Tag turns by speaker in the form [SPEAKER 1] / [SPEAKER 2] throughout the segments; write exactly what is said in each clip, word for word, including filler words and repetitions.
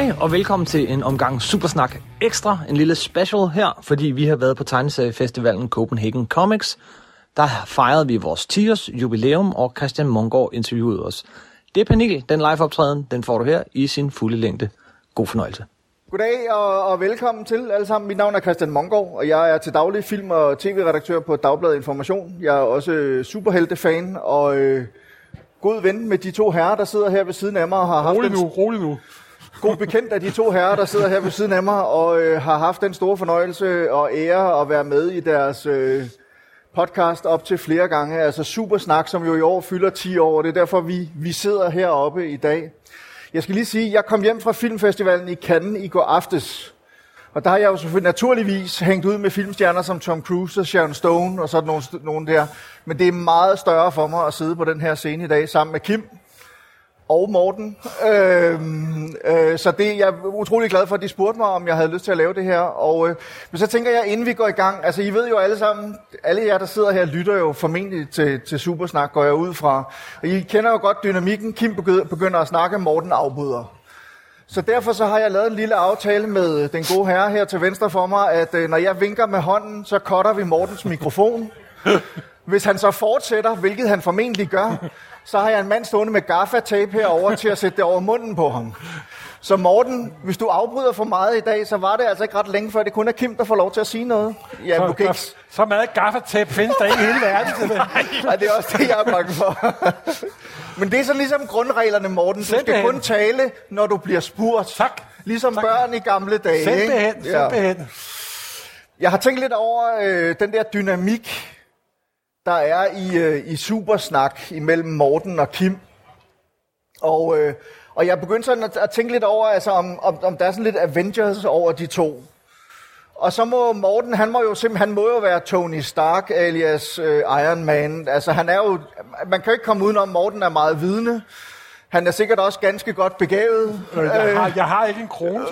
[SPEAKER 1] Hej og velkommen til en omgang Supersnak Ekstra, en lille special her, fordi vi har været på tegneseriefestivalen Copenhagen Comics. Der fejrede vi vores ti års jubilæum, og Christian Mongård interviewede os. Det panel, den live-optræden, den får du her i sin fulde længde. God fornøjelse.
[SPEAKER 2] Goddag og, og velkommen til alle sammen. Mit navn er Christian Mongård, og jeg er til daglig film- og tv-redaktør på Dagbladet Information. Jeg er også superhelte-fan og øh, god ven med de to herrer, der sidder her ved siden af mig. Og har haft
[SPEAKER 3] rolig
[SPEAKER 2] en,
[SPEAKER 3] nu, rolig nu.
[SPEAKER 2] God bekendt af de to herrer, der sidder her ved siden af mig, og øh, har haft den store fornøjelse og ære at være med i deres øh, podcast op til flere gange. Altså Supersnak, som jo i år fylder ti år, og det er derfor, vi, vi sidder heroppe i dag. Jeg skal lige sige, at jeg kom hjem fra filmfestivalen i Cannes i går aftes. Og der har jeg jo selvfølgelig naturligvis hængt ud med filmstjerner som Tom Cruise og Sharon Stone og sådan nogle, nogle der. Men det er meget større for mig at sidde på den her scene i dag sammen med Kim og Morten. Øh, øh, så det, jeg er utrolig glad for, at de spurgte mig, om jeg havde lyst til at lave det her. Og, øh, men så tænker jeg, inden vi går i gang, altså I ved jo alle sammen, alle jer, der sidder her, lytter jo formentlig til, til Supersnak, går jeg ud fra. Og I kender jo godt dynamikken. Kim begynder at snakke, Morten afbryder. Så derfor så har jeg lavet en lille aftale med den gode herre her til venstre for mig, at øh, når jeg vinker med hånden, så cutter vi Mortens mikrofon. Hvis han så fortsætter, hvilket han formentlig gør, så har jeg en mand stående med gaffatape herover til at sætte det over munden på ham. Så Morten, hvis du afbryder for meget i dag, så var det altså ikke ret længe før, det kun er Kim, der får lov til at sige noget. Ja,
[SPEAKER 3] så,
[SPEAKER 2] du kan ikke...
[SPEAKER 3] så, så meget gaffatape findes der ikke i hele verden til det.
[SPEAKER 2] Nej, det er også det, jeg er bange for. Men det er så ligesom grundreglerne, Morten. Du skal kun tale, når du bliver spurgt.
[SPEAKER 3] Tak.
[SPEAKER 2] Ligesom
[SPEAKER 3] tak.
[SPEAKER 2] Børn i gamle dage.
[SPEAKER 3] Simpelthen,
[SPEAKER 2] ja.
[SPEAKER 3] simpelthen.
[SPEAKER 2] Jeg har tænkt lidt over øh, den der dynamik, der er i, øh, i Supersnak imellem Morten og Kim. Og, øh, og jeg begyndte sådan at, at tænke lidt over, altså, om, om, om der er sådan lidt Avengers over de to. Og så må Morten, han må jo simpelthen, han må jo være Tony Stark alias øh, Iron Man. Altså han er jo, man kan jo ikke komme udenom, Morten er meget vidende. Han er sikkert også ganske godt begavet.
[SPEAKER 3] Jeg har, jeg har ikke en krone.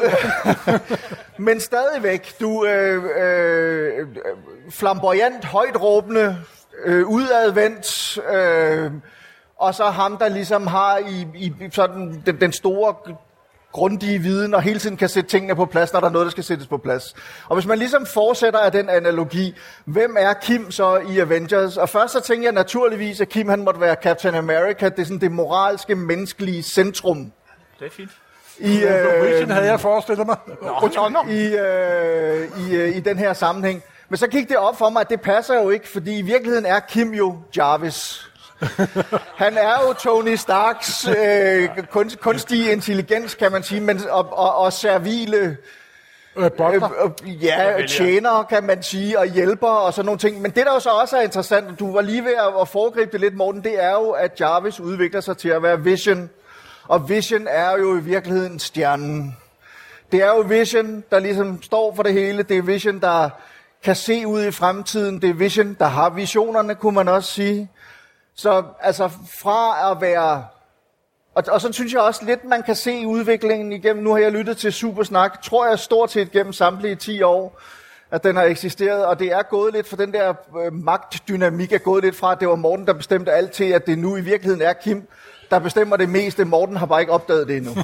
[SPEAKER 2] Men stadigvæk, du øh, øh, flamboyant, højtråbende, øh, udadvendt, øh, og så ham, der ligesom har i, i sådan den, den store, grundige viden, og hele tiden kan sætte tingene på plads, når der er noget, der skal sættes på plads. Og hvis man ligesom fortsætter af den analogi, hvem er Kim så i Avengers? Og først så tænker jeg naturligvis, at Kim han måtte være Captain America. Det er sådan det moralske, menneskelige centrum.
[SPEAKER 4] Det er fint.
[SPEAKER 2] I, øh,
[SPEAKER 3] havde jeg forestillet mig.
[SPEAKER 2] Nå, nå. I, øh, i, øh, i den her sammenhæng. Men så gik det op for mig, at det passer jo ikke, fordi i virkeligheden er Kim jo Jarvis. Han er jo Tony Starks øh, kunst, kunstige intelligens, kan man sige, men, og, og, og servile
[SPEAKER 3] øh, øh,
[SPEAKER 2] øh, ja, tjenere, kan man sige, og hjælper og sådan nogle ting. Men det, der jo så også er interessant, du var lige ved at, at foregribe det lidt, Morten, det er jo, at Jarvis udvikler sig til at være Vision. Og Vision er jo i virkeligheden stjernen. Det er jo Vision, der ligesom står for det hele. Det er Vision, der kan se ud i fremtiden. Det er Vision, der har visionerne, kunne man også sige. Så altså fra at være... Og, og så synes jeg også lidt, man kan se udviklingen igennem. Nu har jeg lyttet til Supersnak, tror jeg stort set gennem samtlige ti år, at den har eksisteret. Og det er gået lidt for den der øh, magtdynamik, er gået lidt fra, at det var Morten, der bestemte alt, til at det nu i virkeligheden er Kim, der bestemmer det meste. Morten har bare ikke opdaget det endnu.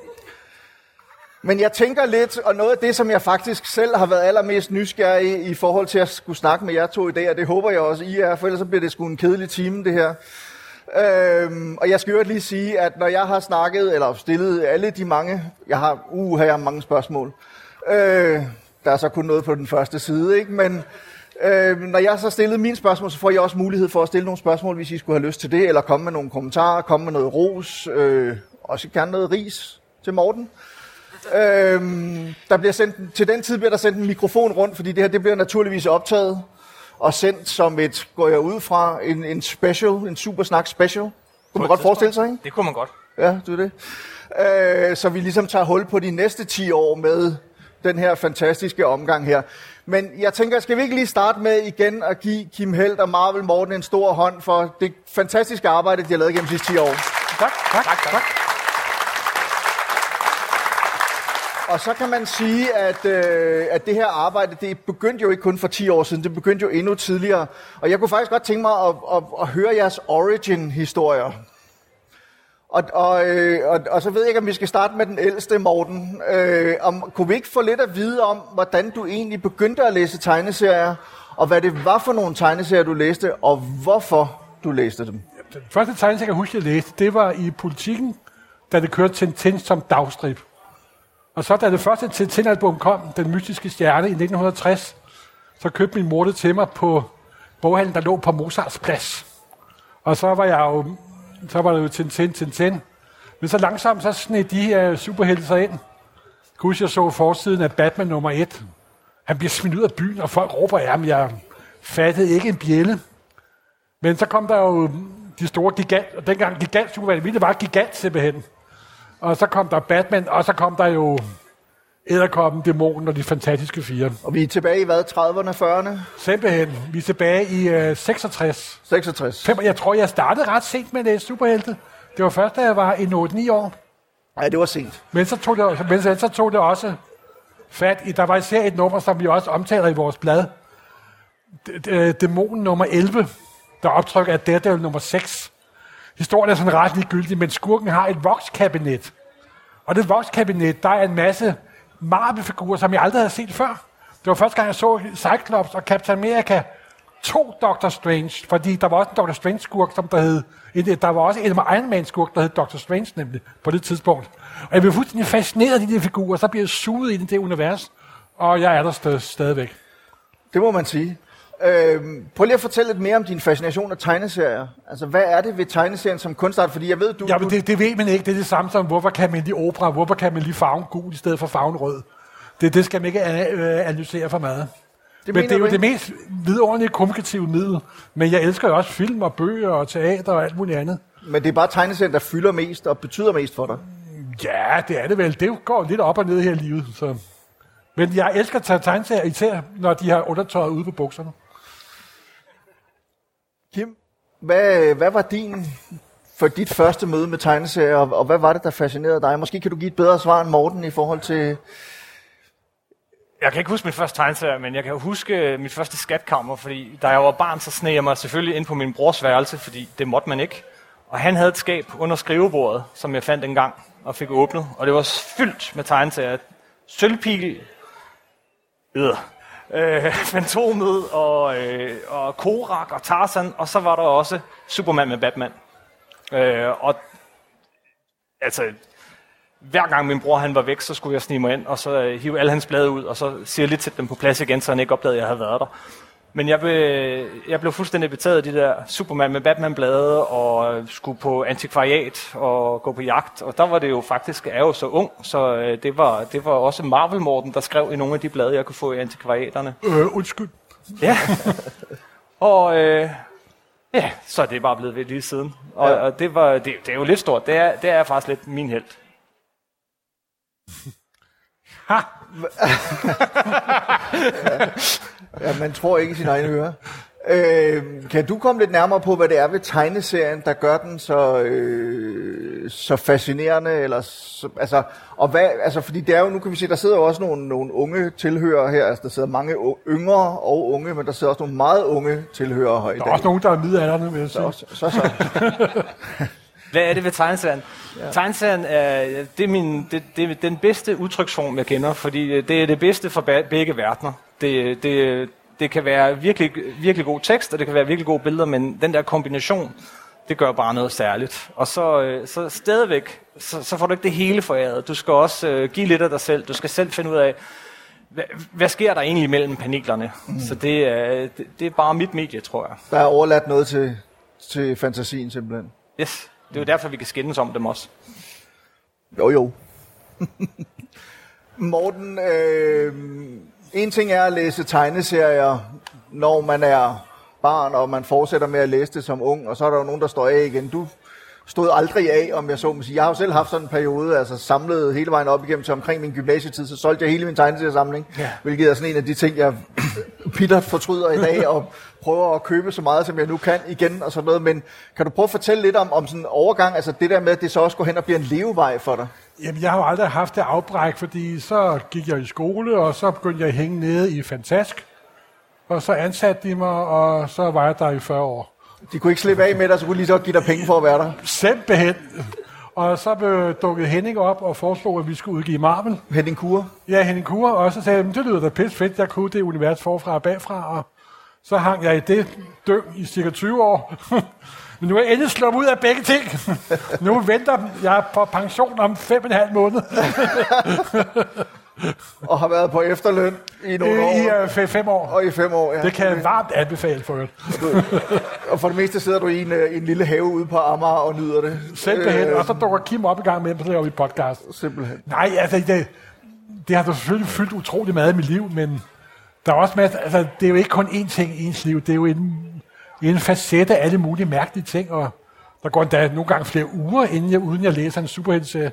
[SPEAKER 2] Men jeg tænker lidt, og noget af det, som jeg faktisk selv har været allermest nysgerrig i forhold til at skulle snakke med jer to i dag, og det håber jeg også, I er, for ellers så bliver det sgu en kedelig time, det her. Øhm, og jeg skal jo lige sige, at når jeg har snakket, eller stillet alle de mange, jeg har, uh, jeg har mange spørgsmål. Øh, der er så kun noget på den første side, ikke? Men øh, når jeg så stillet mine spørgsmål, så får jeg også mulighed for at stille nogle spørgsmål, hvis I skulle have lyst til det, eller komme med nogle kommentarer, komme med noget ros, øh, også gerne noget ris til Morten. Øhm, der bliver sendt, til den tid bliver der sendt en mikrofon rundt, fordi det her det bliver naturligvis optaget og sendt som et, går jeg ud fra, en, en special, en Supersnak special. Kunne man godt forestille sig, ikke?
[SPEAKER 4] Det kunne man godt.
[SPEAKER 2] Ja, det er det. Øh, så vi ligesom tager hul på de næste ti år med den her fantastiske omgang her. Men jeg tænker, skal vi ikke lige starte med igen at give Kim Helt og Marvel Morten en stor hånd for det fantastiske arbejde, de har lavet gennem de sidste ti år.
[SPEAKER 3] Tak, tak, tak. tak.
[SPEAKER 2] Og så kan man sige, at, øh, at det her arbejde, det begyndte jo ikke kun for ti år siden, det begyndte jo endnu tidligere. Og jeg kunne faktisk godt tænke mig at, at, at høre jeres origin-historier. Og, og, øh, og, og så ved jeg ikke, om vi skal starte med den ældste, Morten. Øh, om, kunne vi ikke få lidt at vide om, hvordan du egentlig begyndte at læse tegneserier, og hvad det var for nogle tegneserier, du læste, og hvorfor du læste dem?
[SPEAKER 3] Den første tegneserie, jeg husker, jeg læste, det var i Politikken, da det kørte Tintin som dagstrip. Og så da det første Tintin-album kom, Den mystiske stjerne i nitten tres, så købte min mor det til mig på boghandlen, der lå på Mozarts plads. Og så var jeg jo, så var det jo Tintin, Tintin. Men så langsomt, så sned de her superhelte sig ind. Jeg husker, jeg så forsiden af Batman nummer et. Han bliver smidt ud af byen, og folk råber af ham. Jeg fattede ikke en bjælle. Men så kom der jo de store gigant, og dengang gigant superhelte, det var gigant simpelthen. Og så kom der Batman, og så kom der jo Edderkoppen, Dæmonen og de fantastiske fire.
[SPEAKER 2] Og vi er tilbage i hvad? trediverne, fyrrerne?
[SPEAKER 3] Simpelthen. Vi er tilbage i uh, seksogtres.
[SPEAKER 2] seksogtres.
[SPEAKER 3] Jeg tror, jeg startede ret sent med at læse superhelte. Det var først, da jeg var i otte ni år.
[SPEAKER 2] Ja, det var sent.
[SPEAKER 3] Men så tog det, men så tog det også fat i, der var især et nummer, som vi også omtaler i vores blad. Dæmonen nummer elleve, der optrykker af Daredevil nummer seks. Historien er sådan ret ligegyldig, men skurken har et vokskabinet. Og det vokskabinet, der er en masse Marvel-figurer, som jeg aldrig havde set før. Det var første gang, jeg så Cyclops og Captain America, to Doctor Strange, fordi der var også en Doctor Strange-skurk, som der hed, der var også en Iron Man-skurk, der hed Doctor Strange nemlig, på det tidspunkt. Og jeg blev fuldstændig fascineret af de der figurer, så bliver jeg suget ind i det univers, og jeg er der st- stadigvæk.
[SPEAKER 2] Det må man sige. Øh, prøv lige at fortælle lidt mere om din fascination af tegneserier. Altså, hvad er det ved tegneserien som kunstart? Fordi jeg ved, du...
[SPEAKER 3] Ja, men det, det ved man ikke. Det er det samme som, hvorfor kan man lide opera? Hvorfor kan man lide farven gul i stedet for farven rød? Det, det skal man ikke analysere for meget. Det men det er jo det mest vidunderlige kommunikative middel. Men jeg elsker jo også film og bøger og teater og alt muligt andet.
[SPEAKER 2] Men det er bare tegneserien, der fylder mest og betyder mest for dig?
[SPEAKER 3] Ja, det er det vel. Det går lidt op og ned her i livet. Så. Men jeg elsker at tage tegneserier, især når de har undertøjet ude på bukserne.
[SPEAKER 2] Kim, hvad, hvad var din for dit første møde med tegneserier, og, og hvad var det, der fascinerede dig? Måske kan du give et bedre svar end Morten i forhold til...
[SPEAKER 4] Jeg kan ikke huske min første tegneserie, men jeg kan huske mit første skatkammer, fordi da jeg var barn, så sneg jeg mig selvfølgelig ind på min brors værelse, fordi det måtte man ikke. Og han havde et skab under skrivebordet, som jeg fandt engang og fik åbnet, og det var fyldt med tegneserier. Sølvpil, øh, øh, Fantomet og, øh, og Korak og Tarzan, og så var der også Superman med Batman. Øh, og altså... Hver gang min bror han var væk, så skulle jeg snige mig ind, og så øh, hive alle hans blade ud, og så sige lidt til dem på plads igen, så han ikke opdagede, at jeg havde været der. Men jeg blev, jeg blev fuldstændig betaget af de der Superman med Batman-blade, og skulle på antikvariat og gå på jagt. Og der var det jo faktisk, jeg er jo så ung, så øh, det, var, det var også Marvel Morten, der skrev i nogle af de blade, jeg kunne få i antikvariaterne.
[SPEAKER 3] Øh, undskyld.
[SPEAKER 4] Ja. og... Øh, ja, så er det bare blevet ved lige siden. Og, ja. og det, var, det, det er jo lidt stort. Det er, det er faktisk lidt min helt.
[SPEAKER 3] Ha!
[SPEAKER 2] ja. ja, man tror ikke i sine egne ører. Øh, kan du komme lidt nærmere på, hvad det er ved tegneserien, der gør den så, øh, så fascinerende? Eller så, altså, og hvad, altså, fordi det er jo, nu kan vi se, der sidder jo også nogle, nogle unge tilhørere her. Altså, der sidder mange yngre og unge, men der sidder også nogle meget unge tilhørere her i dag.
[SPEAKER 3] Der er også nogen, der er midaldrende, vil jeg sige.
[SPEAKER 2] Så, så, så.
[SPEAKER 4] Hvad er det ved tegneserien? Ja. Tegneserien er, det er, min, det, det er den bedste udtryksform, jeg kender, fordi det er det bedste for begge verdener. Det, det, det kan være virkelig, virkelig god tekst, og det kan være virkelig gode billeder, men den der kombination, det gør bare noget særligt. Og så, så stadigvæk, så, så får du ikke det hele foræret. Du skal også uh, give lidt af dig selv. Du skal selv finde ud af, hvad, hvad sker der egentlig mellem panelerne? Mm. Så det, uh, det, det er bare mit medie, tror jeg.
[SPEAKER 2] Der er overladt noget til, til fantasien simpelthen.
[SPEAKER 4] Yes. Det er jo derfor, vi kan skændes om dem også.
[SPEAKER 2] Jo, jo. Morten, øh, en ting er at læse tegneserier, når man er barn, og man fortsætter med at læse det som ung, og så er der jo nogen, der står af igen. Du stod aldrig af, om jeg så må sige. Jeg har jo selv haft sådan en periode, altså samlet hele vejen op igennem til omkring min gymnasietid, så solgte jeg hele min tegneseriesamling, ja. Hvilket er sådan en af de ting, jeg bittert fortryder i dag, og prøver at købe så meget, som jeg nu kan igen, og sådan noget. Men kan du prøve at fortælle lidt om, om sådan en overgang, altså det der med, at det så også går hen og bliver en levevej for dig?
[SPEAKER 3] Jamen, jeg har jo aldrig haft det afbræk, fordi så gik jeg i skole, og så begyndte jeg at hænge nede i Fantask, og så ansatte de mig, og så var jeg der i fyrre år.
[SPEAKER 2] De kunne ikke slippe af med dig, så kunne de lige så give dig penge for at være der?
[SPEAKER 3] Simpelthen. Og så blev dukket Henning op og foreslog, at vi skulle udgive Marvel.
[SPEAKER 2] Henning Kure?
[SPEAKER 3] Ja, Henning Kure. Og så sagde jeg, det lyder da pisse fedt, jeg kunne det univers forfra og bagfra. Og så hang jeg i det døm i cirka tyve år. Men nu er jeg endelig slået ud af begge ting. Nu venter jeg på pension om fem og en halv måned.
[SPEAKER 2] Og har været på efterløn i nogle
[SPEAKER 3] I,
[SPEAKER 2] år.
[SPEAKER 3] I uh, fem år.
[SPEAKER 2] Og i fem år, ja.
[SPEAKER 3] Det kan jeg varmt anbefale for jer.
[SPEAKER 2] Og for det meste sidder du i en, en lille have ude på Amager og nyder det.
[SPEAKER 3] Simpelthen.
[SPEAKER 2] Øh,
[SPEAKER 3] og så dukker Kim op i gang med, og så laver vi podcast.
[SPEAKER 2] Simpelthen.
[SPEAKER 3] Nej, altså, det, det har da selvfølgelig fyldt utrolig meget i mit liv, men der er også med, altså, det er jo ikke kun én ting i ens liv. Det er jo en, en facet af alle mulige mærkelige ting, og der går endda nogle gange flere uger, inden jeg, uden jeg læser en superheltserie.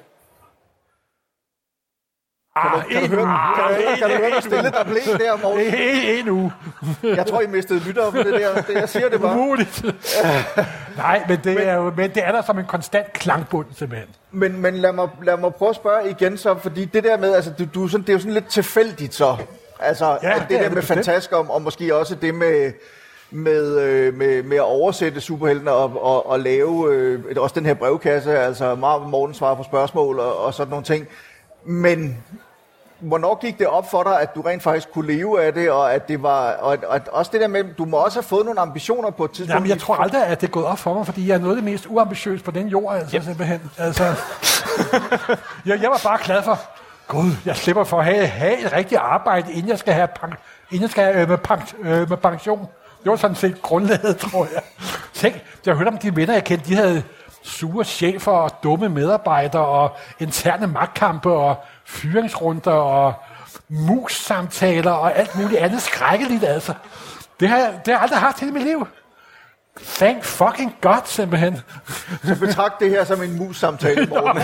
[SPEAKER 2] Kan du, kan, du høre, kan, du, høre, kan du høre, hvor stille der blev der, Morten?
[SPEAKER 3] En uge.
[SPEAKER 2] Jeg tror, I mistede lyttere på det der. Det, jeg siger det bare.
[SPEAKER 3] Umuligt. Nej, men det, men, er jo, men det er der som en konstant klangbund, simpelthen.
[SPEAKER 2] Men, men lad, mig, lad mig prøve at spørge igen så, fordi det der med, altså, du, du, sådan, det er jo sådan lidt tilfældigt så. Altså,
[SPEAKER 3] ja,
[SPEAKER 2] det, det der med fantastisk om, og måske også det med... Med, øh, med, med at oversætte superheltene og, og, og lave øh, også den her brevkasse, altså Marvel Morten svarer på spørgsmål og, og sådan nogle ting. Men hvornår gik det op for dig, at du rent faktisk kunne leve af det, og at det var, og at, at også det der med, du må også have fået nogle ambitioner på et tidspunkt?
[SPEAKER 3] Jamen, jeg tror aldrig, at det er gået op for mig, fordi jeg er noget af det mest uambitiøst på den jord, altså yep. simpelthen. Altså, jeg, jeg var bare glad for, gud, jeg slipper for at have, have et rigtigt arbejde, inden jeg skal have, pen, inden jeg skal have øh, med, pen, øh, med pension. Det var sådan set grundlaget, tror jeg. Tænk, jeg hørte om de venner, jeg kendte, de havde sure chefer og dumme medarbejdere og interne magtkampe og fyringsrunder og mus-samtaler og alt muligt andet skrækkeligt, altså. Det har jeg, det har jeg aldrig haft i mit liv. Thank fucking God, simpelthen.
[SPEAKER 2] Så betragt det her som en mus-samtale, Morten.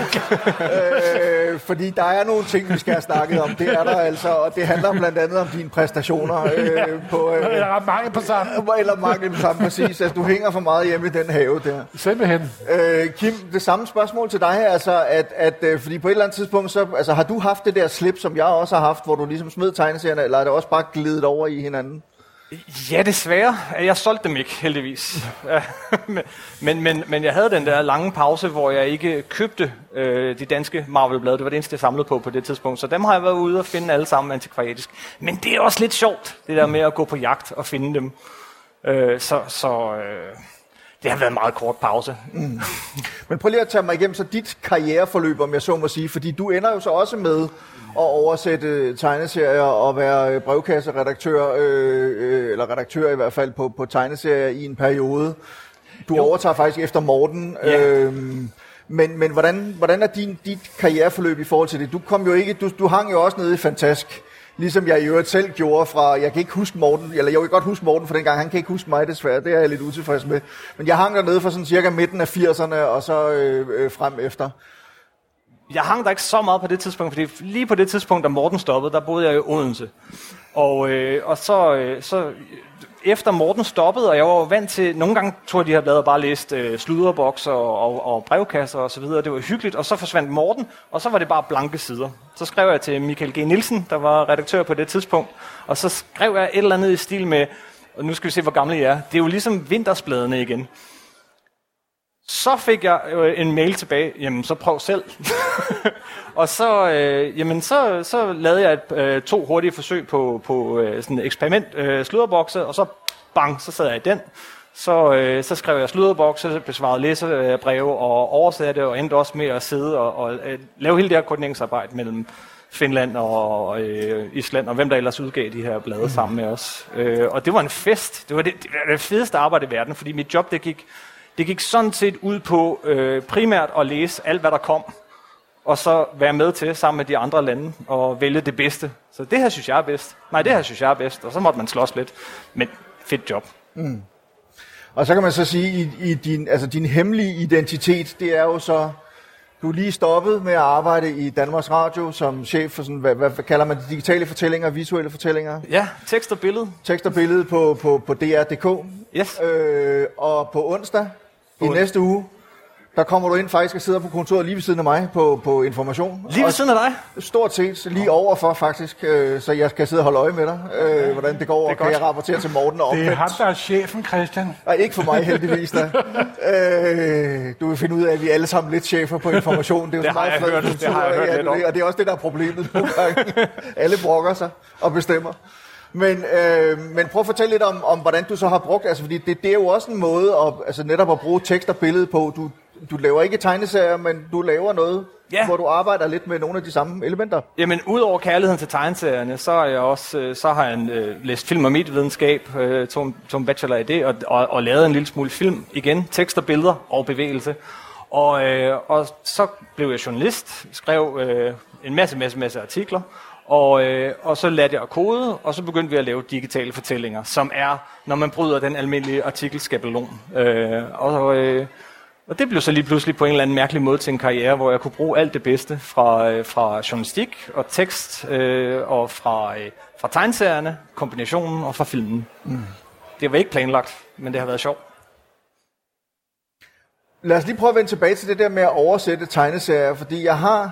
[SPEAKER 2] øh, fordi der er nogle ting, vi skal have snakket om. Det er der altså, og det handler blandt andet om dine præstationer. Øh,
[SPEAKER 3] ja.
[SPEAKER 2] på, øh,
[SPEAKER 3] eller mangel på sammen.
[SPEAKER 2] Eller mangel på sammen, præcis. Altså, du hænger for meget hjemme i den have der.
[SPEAKER 3] Simpelthen.
[SPEAKER 2] Øh, Kim, det samme spørgsmål til dig her, altså, at, at, øh, fordi på et eller andet tidspunkt, så, altså, har du haft det der slip, som jeg også har haft, hvor du ligesom smed tegneserierne, eller er det også bare glidet over i hinanden?
[SPEAKER 4] Ja, desværre. Jeg solgte dem ikke, heldigvis. men, men, men jeg havde den der lange pause, hvor jeg ikke købte øh, de danske Marvel-blade. Det var det eneste, jeg samlede på på det tidspunkt. Så dem har jeg været ude og finde alle sammen antikvariatisk. Men det er også lidt sjovt, det der med at gå på jagt og finde dem. Øh, så så øh, det har været en meget kort pause.
[SPEAKER 2] Mm. Men prøv lige at tage mig igennem så dit karriereforløb, om jeg så må sige. Fordi du ender jo så også med at oversætte tegneserier og være brevkasseredaktør, øh, eller redaktør i hvert fald på, på tegneserier i en periode. Du jo. overtager faktisk efter Morten.
[SPEAKER 4] Ja.
[SPEAKER 2] Øh, men men hvordan, hvordan er din, dit karriereforløb i forhold til det? Du kom jo ikke, du, du hang jo også nede i Fantask, ligesom jeg i øvrigt selv gjorde fra, jeg kan ikke huske Morten, eller jeg kan godt huske Morten for dengang, han kan ikke huske mig desværre, det er jeg lidt utilfreds med. Men jeg hang dernede fra sådan cirka midten af firserne og så øh, øh, frem efter.
[SPEAKER 4] Jeg hang der ikke så meget på det tidspunkt, fordi lige på det tidspunkt, da Morten stoppede, der boede jeg i Odense. Og, øh, og så, øh, så efter Morten stoppede, og jeg var vant til, nogle gange tror jeg, de havde lavet bare læst øh, sluderbokser og, og, og brevkasser og så videre. Det var hyggeligt, og så forsvandt Morten, og så var det bare blanke sider. Så skrev jeg til Michael G. Nielsen, der var redaktør på det tidspunkt, og så skrev jeg et eller andet i stil med, og nu skal vi se, hvor gamle jeg er. Det er jo ligesom vintersbladene igen. Så fik jeg øh, en mail tilbage, jamen så prøv selv. og så, øh, jamen, så, så lavede jeg et, øh, to hurtige forsøg på, på øh, sådan et eksperiment øh, sluderbokse, og så bang, så sad jeg i den. Så, øh, så skrev jeg sluderbokse, besvarede læserbreve og oversatte, og endte også med at sidde og, og øh, lave hele det her koordineringsarbejde mellem Finland og øh, Island, og hvem der ellers udgav de her blade mm. sammen med os. Øh, og det var en fest. Det var det, det, var det fedeste arbejde i verden, fordi mit job, det gik... Det gik sådan set ud på øh, primært at læse alt, hvad der kom, og så være med til sammen med de andre lande og vælge det bedste. Så det her synes jeg er bedst. Nej, det her synes jeg er bedst, og så måtte man slås lidt. Men fedt job. Mm.
[SPEAKER 2] Og så kan man så sige, i, i din, altså din hemmelige identitet, det er jo så, du er lige stoppet med at arbejde i Danmarks Radio som chef for sådan, hvad, hvad kalder man det, digitale fortællinger, visuelle fortællinger?
[SPEAKER 4] Ja, tekst og billede.
[SPEAKER 2] Tekst og billede på, på, på D R punktum d k.
[SPEAKER 4] Yes.
[SPEAKER 2] Øh, og på onsdag i næste uge, Der kommer du ind faktisk og sidder på kontoret lige ved siden af mig på, på Information.
[SPEAKER 4] Lige ved siden af dig?
[SPEAKER 2] Stort set, lige overfor faktisk, øh, så jeg skal sidde og holde øje med dig, øh, hvordan det går, det og kan jeg rapportere til Morten og
[SPEAKER 3] Det er ham, der er chefen, Christian.
[SPEAKER 2] Nej, ikke for mig heldigvis da. øh, du vil finde ud af, at vi er alle sammen lidt chefer på Information. Det er jo
[SPEAKER 4] det
[SPEAKER 2] så meget
[SPEAKER 4] har jeg hørt,
[SPEAKER 2] kultur,
[SPEAKER 4] det har jeg hørt
[SPEAKER 2] ja,
[SPEAKER 4] lidt om.
[SPEAKER 2] Og det er også det, der er problemet nogle gange. Alle brokker sig og bestemmer. Men, øh, men prøv at fortælle lidt om, om, hvordan du så har brugt, altså fordi det, det er jo også en måde at, altså netop at bruge tekst og billede på. Du, du laver ikke tegneserier, men du laver noget, ja. Hvor du arbejder lidt med nogle af de samme elementer.
[SPEAKER 4] Jamen, udover kærligheden til tegneserierne, så er jeg også, så har jeg øh, læst film og medievidenskab, øh, tog, tog en bachelor i det, og, og, og lavet en lille smule film igen, tekst og billeder og bevægelse. Og, øh, og så blev jeg journalist, skrev øh, en masse, masse, masse artikler, og, øh, og så lærte jeg at kode, og så begyndte vi at lave digitale fortællinger, som er, når man bryder den almindelige artikelskabelon. Øh, og, øh, og det blev så lige pludselig på en eller anden mærkelig måde til en karriere, hvor jeg kunne bruge alt det bedste fra, øh, fra journalistik og tekst, øh, og fra, øh, fra tegneserierne, kombinationen og fra filmen. Mm. Det var ikke planlagt, men det har været sjovt.
[SPEAKER 2] Lad os lige prøve at vende tilbage til det der med at oversætte tegneserier, fordi jeg har...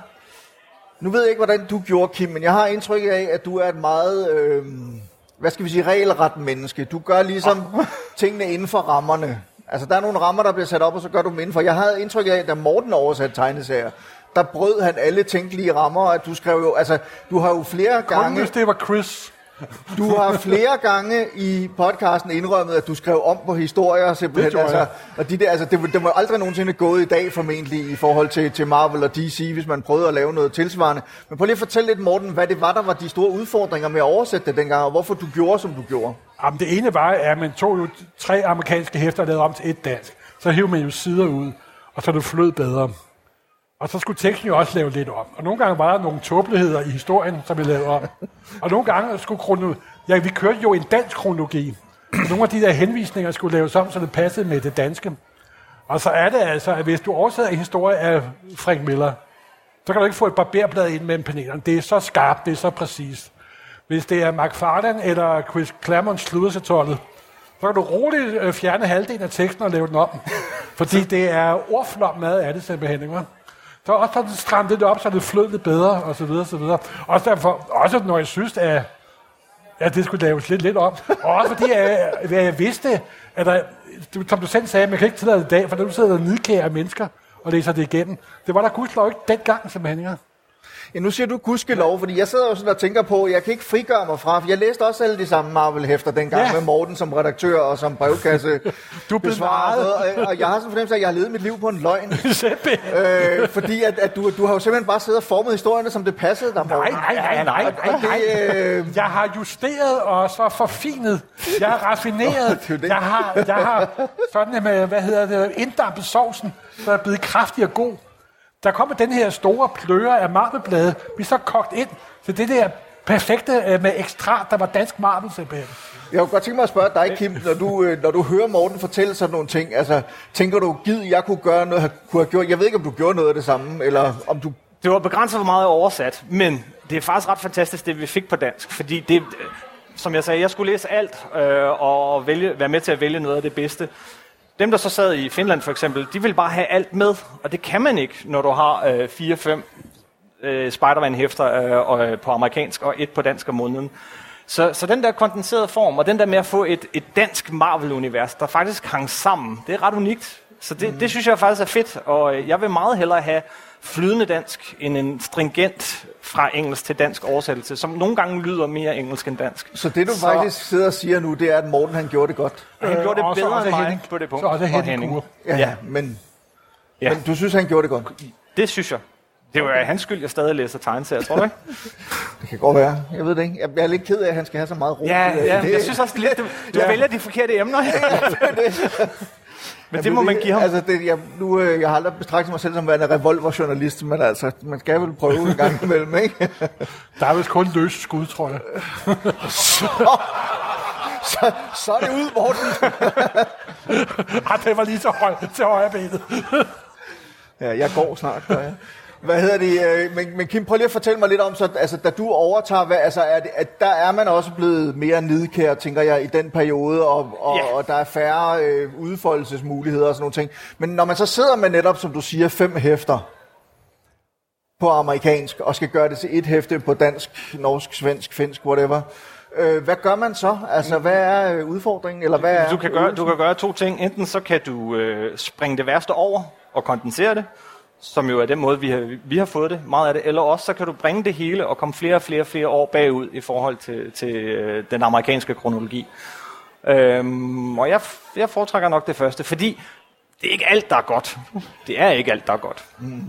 [SPEAKER 2] Nu ved jeg ikke, hvordan du gjorde, Kim, men jeg har indtryk af, at du er et meget, øh, hvad skal vi sige, regelret menneske. Du gør ligesom oh. tingene inden for rammerne. Altså, der er nogle rammer, der bliver sat op, og så gør du dem indenfor. Jeg havde indtryk af, at da Morten oversatte tegneserier, der brød han alle tænkelige rammer, at du skrev jo, altså, du har jo flere gange...
[SPEAKER 3] Kun hvis det var Chris.
[SPEAKER 2] Du har flere gange i podcasten indrømmet, at du skrev om på historier, simpelthen.
[SPEAKER 3] Det
[SPEAKER 2] altså, og de der, altså, det, det må aldrig nogensinde gået i dag, formentlig, i forhold til, til Marvel og D C, hvis man prøvede at lave noget tilsvarende. Men prøv lige at fortælle lidt, Morten, hvad det var, der var de store udfordringer med at oversætte det dengang, og hvorfor du gjorde, som du gjorde.
[SPEAKER 3] Jamen, det ene var, at man tog jo tre amerikanske hæfter og lavede om til et dansk. Så hævde man jo sider ud, og så det flød bedre. Og så skulle teksten jo også lave lidt om. Og nogle gange var der nogle tåbeligheder i historien, som vi lavede om. Og nogle gange skulle kronologi... Ja, vi kørte jo en dansk kronologi. Og nogle af de der henvisninger skulle laves om, så det passede med det danske. Og så er det altså, at hvis du oversætter en historie af Frank Miller, så kan du ikke få et barberblad ind mellem panelerne. Det er så skarpt, det er så præcist. Hvis det er McFarlane eller Chris Claremonts Sludersatollet, så kan du roligt fjerne halvdelen af teksten og lave den om. Fordi det er ordflom mad af det simpelthen, ikke? Så også har det strammet lidt op, så det flød lidt bedre, og så videre, så videre. Også derfor, også når jeg synes, at, at det skulle laves lidt, lidt om. Og også fordi, at, at jeg vidste, at der, som du selv sagde, man kan ikke tillade det i dag, for der sidder der nidkære mennesker og læser det igennem. Det var der gudskelov ikke dengang, simpelthen.
[SPEAKER 2] Ja, nu siger du gudskelov, fordi jeg sidder jo sådan og tænker på, jeg kan ikke frigøre mig fra, for jeg læste også alle de samme Marvel-hæfter dengang ja. med Morten som redaktør og som brevkasse.
[SPEAKER 3] Du blev meget.
[SPEAKER 2] Og, og jeg har sådan en fornemmelse af, at jeg har levet mit liv på en løgn. øh, fordi at, at du, du har jo simpelthen bare siddet og formet historierne, som det passede dig.
[SPEAKER 3] Nej, nej, nej, nej, nej, nej. Øh... Jeg har justeret og så forfinet. Jeg har raffineret. det det. Jeg har, jeg har sådan med, hvad hedder det, inddampet sovsen, så er blevet kraftig og god. Der kommer den her store pløre af marmelblade, vi så kogt ind til det der perfekte med ekstrat, der var dansk marmel simpelthen.
[SPEAKER 2] Jeg kunne godt tænke mig at spørge dig, Kim, når du, når du hører Morten fortælle sådan nogle ting, altså tænker du, gid, jeg kunne gøre noget, kunne have gjort, jeg ved ikke, om du gjorde noget af det samme, eller om du...
[SPEAKER 4] Det var begrænset, hvor meget jeg oversat, men det er faktisk ret fantastisk, det vi fik på dansk, fordi det, som jeg sagde, jeg skulle læse alt øh, og vælge, være med til at vælge noget af det bedste. Dem, der så sad i Finland for eksempel, de vil bare have alt med, og det kan man ikke, når du har øh, fire, fem øh, Spider-Man-hæfter øh, på amerikansk og et på dansk om måneden. Så, så den der kondenserede form, og den der med at få et, et dansk Marvel-univers, der faktisk hang sammen, det er ret unikt. Så det, mm. det synes jeg faktisk er fedt, og jeg vil meget hellere have flydende dansk end en stringent fra engelsk til dansk oversættelse, som nogle gange lyder mere engelsk end dansk.
[SPEAKER 2] Så det du så, faktisk sidder og siger nu, det er, at Morten han gjorde det godt?
[SPEAKER 4] Han øh, gjorde det bedre
[SPEAKER 3] også
[SPEAKER 4] end mig
[SPEAKER 3] Henning.
[SPEAKER 4] på det punkt.
[SPEAKER 3] Så også Henning.
[SPEAKER 2] Ja, ja, men, ja, men du synes, han gjorde det godt?
[SPEAKER 4] Det synes jeg. Det var hans skyld, jeg stadig læser tegneserier, tror du ikke?
[SPEAKER 2] Det kan godt være. Jeg ved det ikke. Jeg er lidt ked af, at han skal have så meget ro.
[SPEAKER 4] Ja, ja. Det. Jeg synes også lidt, du, du ja. vælger de forkerte emner. Men det, det må man give ham.
[SPEAKER 2] Altså, det, jeg, nu, jeg har aldrig betragtet mig selv som værende revolverjournalist, men altså, man skal vel prøve en gang imellem, ikke?
[SPEAKER 3] Der er vist kun løse skud, tror jeg.
[SPEAKER 2] så, så, så er det ud, Morten.
[SPEAKER 3] ah, det var lige så høj, til højre benet.
[SPEAKER 2] Ja, jeg går snart, gør jeg. Hvad hedder det? Øh, men, men Kim, prøv lige at fortælle mig lidt om, så, altså, da du overtager, hvad, altså, er det, at der er man også blevet mere nidkær, tænker jeg, i den periode, og, og, yeah. og der er færre øh, udfoldelsesmuligheder og sådan nogle ting. Men når man så sidder med netop, som du siger, fem hæfter på amerikansk, og skal gøre det til et hæfte på dansk, norsk, svensk, finsk, whatever, øh, hvad gør man så? Altså, hvad er udfordringen? Eller hvad er
[SPEAKER 4] du, kan gøre, du kan gøre to ting. Enten så kan du øh, springe det værste over og kondensere det, som jo er den måde, vi har, vi har fået det, meget af det, eller også så kan du bringe det hele og komme flere og flere, flere år bagud i forhold til, til øh, den amerikanske kronologi. Øhm, og jeg, jeg foretrækker nok det første, fordi det er ikke alt, der er godt. Det er ikke alt, der er godt. Mm.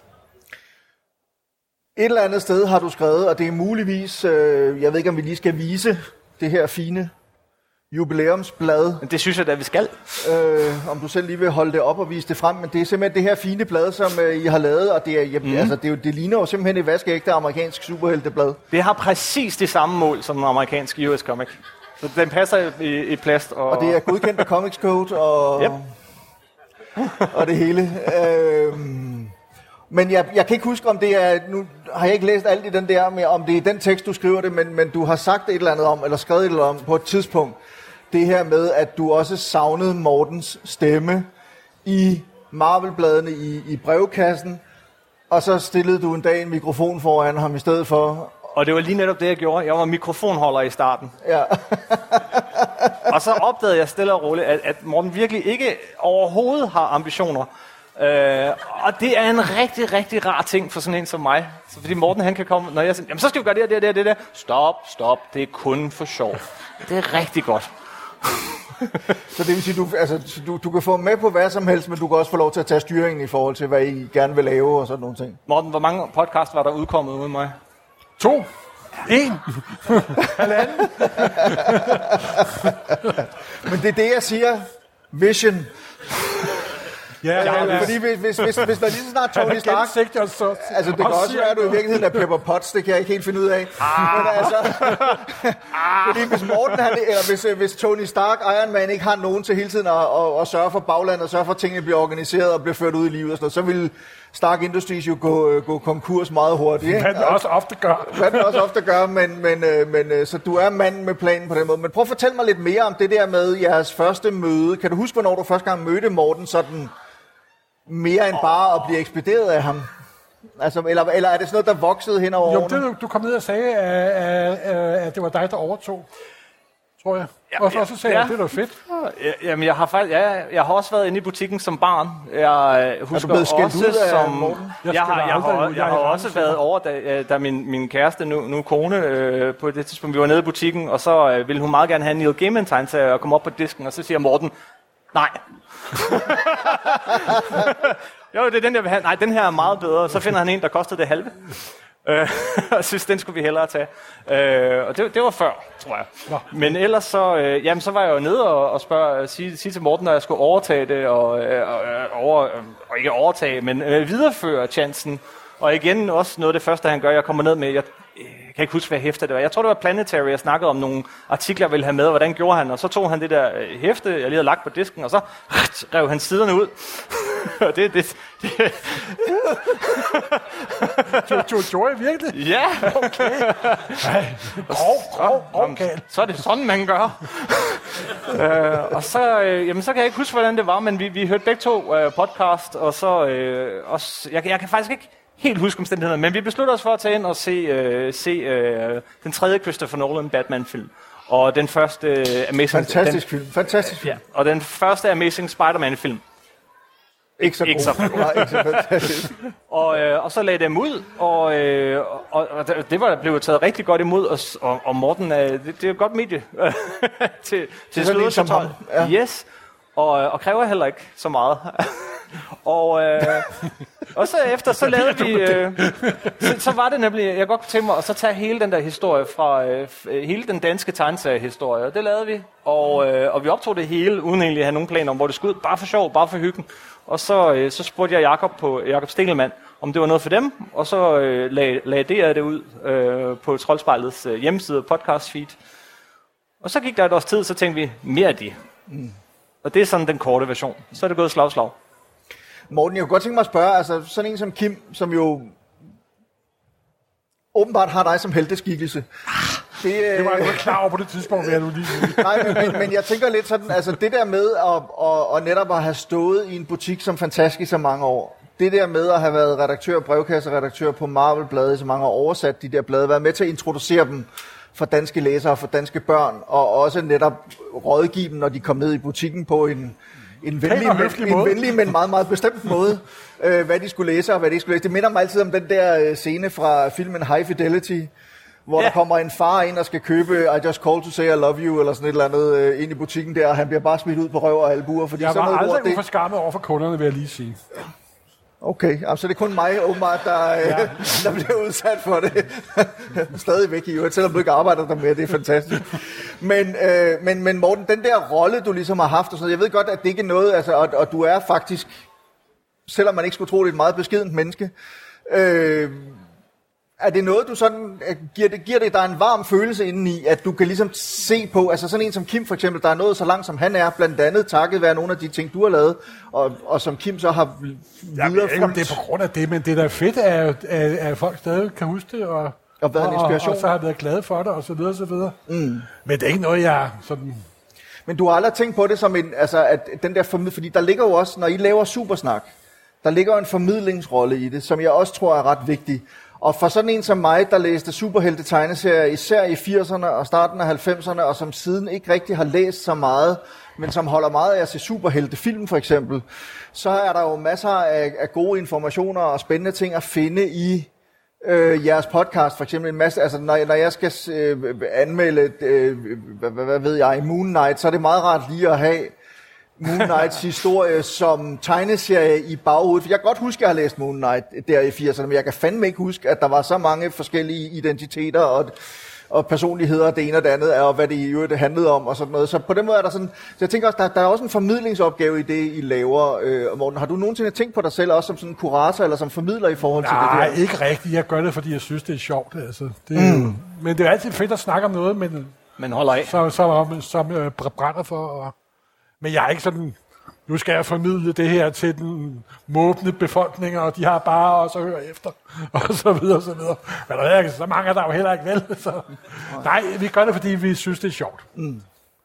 [SPEAKER 2] Et eller andet sted har du skrevet, og det er muligvis, øh, jeg ved ikke, om vi lige skal vise det her fine jubilæumsblad.
[SPEAKER 4] Det synes jeg da, vi skal.
[SPEAKER 2] Øh, om du selv lige vil holde det op og vise det frem, men det er simpelthen det her fine blad, som øh, I har lavet, og det, er, ja, mm. altså, det, er jo, det ligner jo simpelthen et vaskeægte amerikansk superhelteblad.
[SPEAKER 4] Det har præcis det samme mål som en amerikansk U S Comic. Så den passer i, i plast. Og,
[SPEAKER 2] og det er godkendt af Comics Code og,
[SPEAKER 4] yep.
[SPEAKER 2] og det hele. Øh, men jeg, jeg kan ikke huske, om det er, nu har jeg ikke læst alt i den der, med, om det er den tekst, du skriver det, men, men du har sagt et eller andet om, eller skrevet et eller andet om på et tidspunkt, det her med, at du også savnede Mortens stemme i Marvel-bladene i, i brevkassen, og så stillede du en dag en mikrofon foran ham i stedet for.
[SPEAKER 4] Og det var lige netop det, jeg gjorde. Jeg var mikrofonholder i starten.
[SPEAKER 2] Ja.
[SPEAKER 4] Og så opdagede jeg stille og roligt, at, at Morten virkelig ikke overhovedet har ambitioner. Øh, og det er en rigtig, rigtig rar ting for sådan en som mig. Så fordi Morten, han kan komme, når jeg siger, jamen så skal vi gøre det, det, det, det, det. Stop, stop, det er kun for sjov. Det er rigtig godt.
[SPEAKER 2] Så det vil sige, du, altså, du, du kan få med på hvad som helst, men du kan også få lov til at tage styringen i forhold til, hvad I gerne vil lave og sådan nogle ting.
[SPEAKER 4] Morten, hvor mange podcast var der udkommet uden mig?
[SPEAKER 3] To. En.
[SPEAKER 2] Halvanden. Men det er det, jeg siger. Vision.
[SPEAKER 3] Ja, ja, ja.
[SPEAKER 2] Fordi hvis, hvis, hvis, hvis der lige så snart Tony Stark... Altså, det kan også være, at du i virkeligheden er Pepper Potts, det kan jeg ikke helt finde ud af. Ah. Men altså... fordi hvis Morten, han, eller hvis, hvis Tony Stark, Iron Man, ikke har nogen til hele tiden at, at, at sørge for baglandet, og sørge for, at tingene bliver organiseret og bliver ført ud i livet og sådan noget, så vil Stark Industries jo gå, gå konkurs meget hurtigt. Ikke?
[SPEAKER 3] Hvad den også ofte gør.
[SPEAKER 2] Hvad den også ofte gør, men, men, men så du er manden med planen på den måde. Men prøv at fortælle mig lidt mere om det der med jeres første møde. Kan du huske, hvornår du første gang mødte Morten sådan... mere end bare at blive ekspederet af ham? Altså, eller, eller er det sådan noget, der voksede hen over årene?
[SPEAKER 3] Jo, det, du kom ned og sagde, at, at det var dig, der overtog, tror jeg. Ja, og, så, og så sagde ja. jeg, det var fedt.
[SPEAKER 4] Ja, jamen, jeg har faktisk, ja, jeg har også været inde i butikken som barn. Jeg husker
[SPEAKER 2] er du blevet
[SPEAKER 4] også
[SPEAKER 2] ud af
[SPEAKER 4] som
[SPEAKER 2] Morten?
[SPEAKER 4] Jeg, jeg, har, jeg, har, jeg, jeg har også været over, da, da min, min kæreste, nu, nu kone, øh, på det tidspunkt, vi var nede i butikken, og så øh, ville hun meget gerne have Neil Gaiman-tegn til at komme op på disken, og så siger Morten, nej. Jo, det er den, jeg vil have. Nej, den her er meget bedre. Så finder han en, der kostede det halve. Øh, og synes, den skulle vi hellere tage. Øh, og det, det var før, tror jeg. Nå. Men ellers så, øh, jamen, så var jeg jo nede og, og spørge, sige, sige til Morten, når jeg skulle overtage det, og, øh, og, over, øh, og ikke overtage, men øh, videreføre chancen. Og igen også noget af det første, han gør, jeg kommer ned med, jeg, jeg kan ikke huske, hvad hæfte det var. Jeg tror, det var Planetary, jeg snakkede om nogle artikler, jeg ville have med, og hvordan gjorde han. Og så tog han det der hæfte, jeg lige havde lagt på disken, og så rev han siderne ud. Og det, det, det.
[SPEAKER 3] Du gjorde jeg virkelig?
[SPEAKER 4] Ja.
[SPEAKER 3] Okay. Ej, grov, grov, okay.
[SPEAKER 4] Så er det sådan, man gør. øh, og så, øh, jamen, så kan jeg ikke huske, hvordan det var, men vi, vi hørte begge to øh, podcast, og så, øh, også, jeg, jeg kan faktisk ikke helt huske omstændighederne, men vi besluttede os for at tage ind og se, øh, se øh, den tredje Christopher Nolan Batman-film. Og den første øh, Amazing...
[SPEAKER 2] Fantastisk
[SPEAKER 4] den,
[SPEAKER 2] film, fantastisk film.
[SPEAKER 4] Ja, og den første Amazing Spider-Man-film.
[SPEAKER 2] Ikke så god.
[SPEAKER 4] Ikke så,
[SPEAKER 2] Nej, ikke så fantastisk.
[SPEAKER 4] og, øh, og så lagde dem ud, og, øh, og, og det var blevet taget rigtig godt imod, og, og, og Morten, øh, det, det er et godt medie til, til
[SPEAKER 2] sluttet som ham.
[SPEAKER 4] Ja. Yes, og, og kræver heller ikke så meget. og, øh, og så efter, så lavede vi, øh, så, så var det nemlig, jeg godt kunne tænke mig, at så tage hele den der historie fra, øh, hele den danske tegneseriehistorie, og det lavede vi, og, øh, og vi optog det hele, uden egentlig at have nogen planer om, hvor det skulle ud, bare for sjov, bare for hyggen. Og så, øh, så spurgte jeg Jakob på Jakob Stingelmann, om det var noget for dem, og så øh, lagde, lagde det, det ud øh, på Troldspejlets øh, hjemmeside og podcast feed. Og så gik der et års tid, så tænkte vi, mere af det. Mm. Og det er sådan den korte version. Så er det gået slag slag.
[SPEAKER 2] Morten, jeg kunne godt tænke mig at spørge, altså sådan en som Kim, som jo åbenbart har dig som helteskikkelse.
[SPEAKER 3] Det, det var jeg ikke klar over på det tidspunkt, vil jeg nu lige
[SPEAKER 2] Nej, men, men, men jeg tænker lidt sådan, altså det der med at, at, at netop at have stået i en butik som Fantastisk i så mange år, det der med at have været redaktør, brevkasseredaktør på Marvel-bladet i så mange år, oversat de der blade, været med til at introducere dem for danske læsere og for danske børn, og også netop rådgive dem, når de kom ned i butikken på en, en, venlig, men, en venlig, men meget, meget bestemt måde, øh, hvad de skulle læse og hvad de ikke skulle læse. Det minder mig altid om den der scene fra filmen High Fidelity, hvor ja. der kommer en far ind og skal købe I just called to say I love you, eller sådan et eller andet, øh, ind i butikken der, og han bliver bare smidt ud på røv og albuer. Fordi
[SPEAKER 3] jeg
[SPEAKER 2] sådan
[SPEAKER 3] var
[SPEAKER 2] noget,
[SPEAKER 3] aldrig
[SPEAKER 2] det...
[SPEAKER 3] uforskammet over for kunderne, vil jeg lige sige.
[SPEAKER 2] Okay, altså det er kun mig, åbenbart, der, ja. der bliver udsat for det. Stadigvæk i øvrigt, selvom du ikke arbejder der med, det er fantastisk. Men, øh, men, men Morten, den der rolle, du ligesom har haft, og sådan, jeg ved godt, at det ikke er noget, altså, og, og du er faktisk, selvom man ikke skulle tro, det er et meget beskedent menneske, øh, er det noget, du sådan, giver det, giver det dig en varm følelse indeni, at du kan ligesom se på, altså sådan en som Kim for eksempel, der er nået så langt som han er, blandt andet takket være nogle af de ting, du har lavet, og, og som Kim så har videreført.
[SPEAKER 3] Jeg ved ikke, om det er på grund af det, men det der er fedt, er, at, at folk stadig kan huske det, og,
[SPEAKER 2] og, været en inspiration.
[SPEAKER 3] og, og så har været glade for det, og så videre, og så videre. Mm. Men det er ikke noget, jeg sådan...
[SPEAKER 2] Men du har aldrig tænkt på det som en, altså at den der formidling, fordi der ligger jo også, når I laver Supersnak, der ligger jo en formidlingsrolle i det, som jeg også tror er ret vigtig. Og for sådan en som mig, der læste superhelte-tegneserier, især i firserne og starten af halvfemserne, og som siden ikke rigtig har læst så meget, men som holder meget af at se superheltefilm for eksempel, så er der jo masser af, af gode informationer og spændende ting at finde i øh, jeres podcast. For eksempel en masse, altså når, når jeg skal øh, anmelde, øh, hvad, hvad ved jeg, Moon Knight, så er det meget rart lige at have Moon Knights historie som tegneserie i baghovedet. For jeg kan godt huske, at jeg har læst Moon Knight der i firserne, men jeg kan fandme ikke huske, at der var så mange forskellige identiteter og, og personligheder, det ene og det andet, og hvad det i øvrigt handlede om og sådan noget. Så på den måde er der sådan, så jeg tænker også, der, der er også en formidlingsopgave i det, I laver. Øh, Morten, har du nogensinde tænkt på dig selv også som sådan en kurator eller som formidler i forhold til
[SPEAKER 3] Nej,
[SPEAKER 2] det der?
[SPEAKER 3] Nej, ikke rigtigt. Jeg gør det, fordi jeg synes, det er sjovt. Altså. Det, mm. Men det er altid fedt at snakke om noget, men
[SPEAKER 1] man holder af.
[SPEAKER 3] Som, som, som jeg brænder for. Og, men jeg er ikke sådan, nu skal jeg formidle det her til den måbne befolkning, og de har bare også at høre efter, og så videre, og så videre. Men der er ikke, så mange er der jo heller ikke vel. Så. Nej, vi gør det, fordi vi synes, det er sjovt. Mm.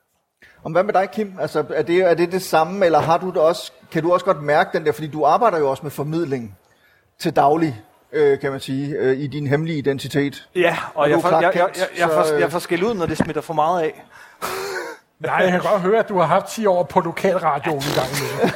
[SPEAKER 2] Og hvad med dig, Kim? Altså, er det, er det det samme, eller har du det også, kan du også godt mærke den der, fordi du arbejder jo også med formidling til daglig, øh, kan man sige, øh, i din hemmelige identitet.
[SPEAKER 4] Ja, og, og jeg, for, jeg, jeg, jeg, jeg,
[SPEAKER 2] så,
[SPEAKER 4] får, jeg får skæld ud, når det smitter for meget af.
[SPEAKER 3] Nej, jeg kan godt høre, at du har haft ti år på lokalradioen i gang med.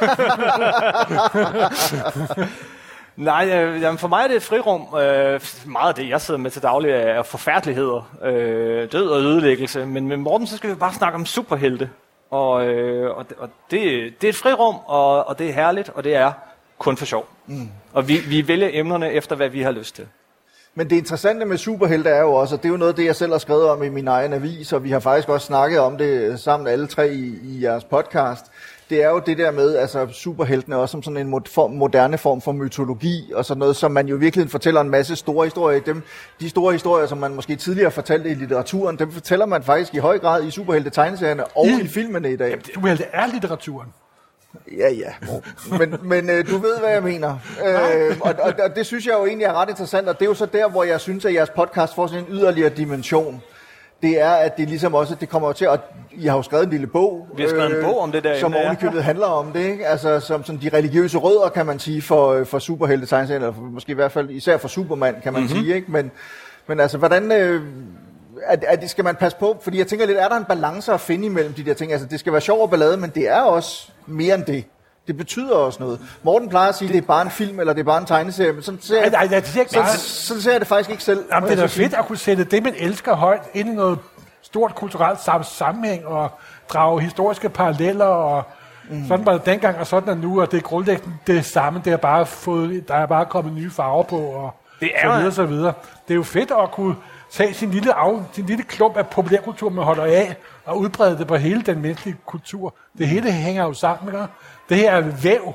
[SPEAKER 4] Nej, øh, jamen for mig er det et frirum. Øh, meget af det, jeg sidder med til daglig, er forfærdeligheder, øh, død og ødelæggelse. Men med Morten, så skal vi bare snakke om superhelte. Og, øh, og, det, og det, det er et frirum, og, og det er herligt, og det er kun for sjov. Mm. Og vi, vi vælger emnerne efter, hvad vi har lyst til.
[SPEAKER 2] Men det interessante med superhelte er jo også, og det er jo noget af det, jeg selv har skrevet om i min egen avis, og vi har faktisk også snakket om det sammen alle tre i, i jeres podcast. Det er jo det der med, altså superheltene også som sådan en moderne form for mytologi, og sådan noget, som man jo virkelig fortæller en masse store historier. Dem, de store historier, som man måske tidligere fortalte i litteraturen, dem fortæller man faktisk i høj grad i superhelte-tegneserierne og I, i filmene i dag.
[SPEAKER 3] Jamen, superhelte er litteraturen.
[SPEAKER 2] Ja, ja. Men, men øh, du ved, hvad jeg mener. Øh, og, og, og det synes jeg jo egentlig er ret interessant, og det er jo så der, hvor jeg synes, at jeres podcast får sådan en yderligere dimension. Det er, at det ligesom også, det kommer til, og I har jo skrevet en lille bog.
[SPEAKER 4] Vi har skrevet øh, en bog om det der.
[SPEAKER 2] Som ovenikøbet handler om det, ikke? Altså som, som de religiøse rødder, kan man sige, for, for superhelte-tegneserier, eller måske i hvert fald især for Superman, kan man mm-hmm. sige, ikke? Men, men altså, hvordan... Øh, At, at det skal man passe på, fordi jeg tænker lidt, er der en balance at finde imellem de der ting? Altså, det skal være sjov og ballade, men det er også mere end det. Det betyder også noget. Morten plejer at sige, at det er bare en film, eller det er bare en tegneserie, men sådan ser,
[SPEAKER 3] nej, nej, nej, det
[SPEAKER 2] sådan, sådan ser jeg det faktisk ikke selv.
[SPEAKER 3] Jamen, det er fedt at kunne sætte det, man elsker højt, ind i noget stort kulturelt sammenhæng, og drage historiske paralleller, og mm. sådan var det dengang, og sådan er nu, og det er grundlæggende det samme, det er bare fået, der er bare kommet nye farver på, og det er så videre, så videre. Det er jo fedt at kunne tage sin lille, af, sin lille klump af populærkultur, man holder af, og udbrede det på hele den menneskelige kultur. Det hele hænger jo sammen, ikke? Det her er væv,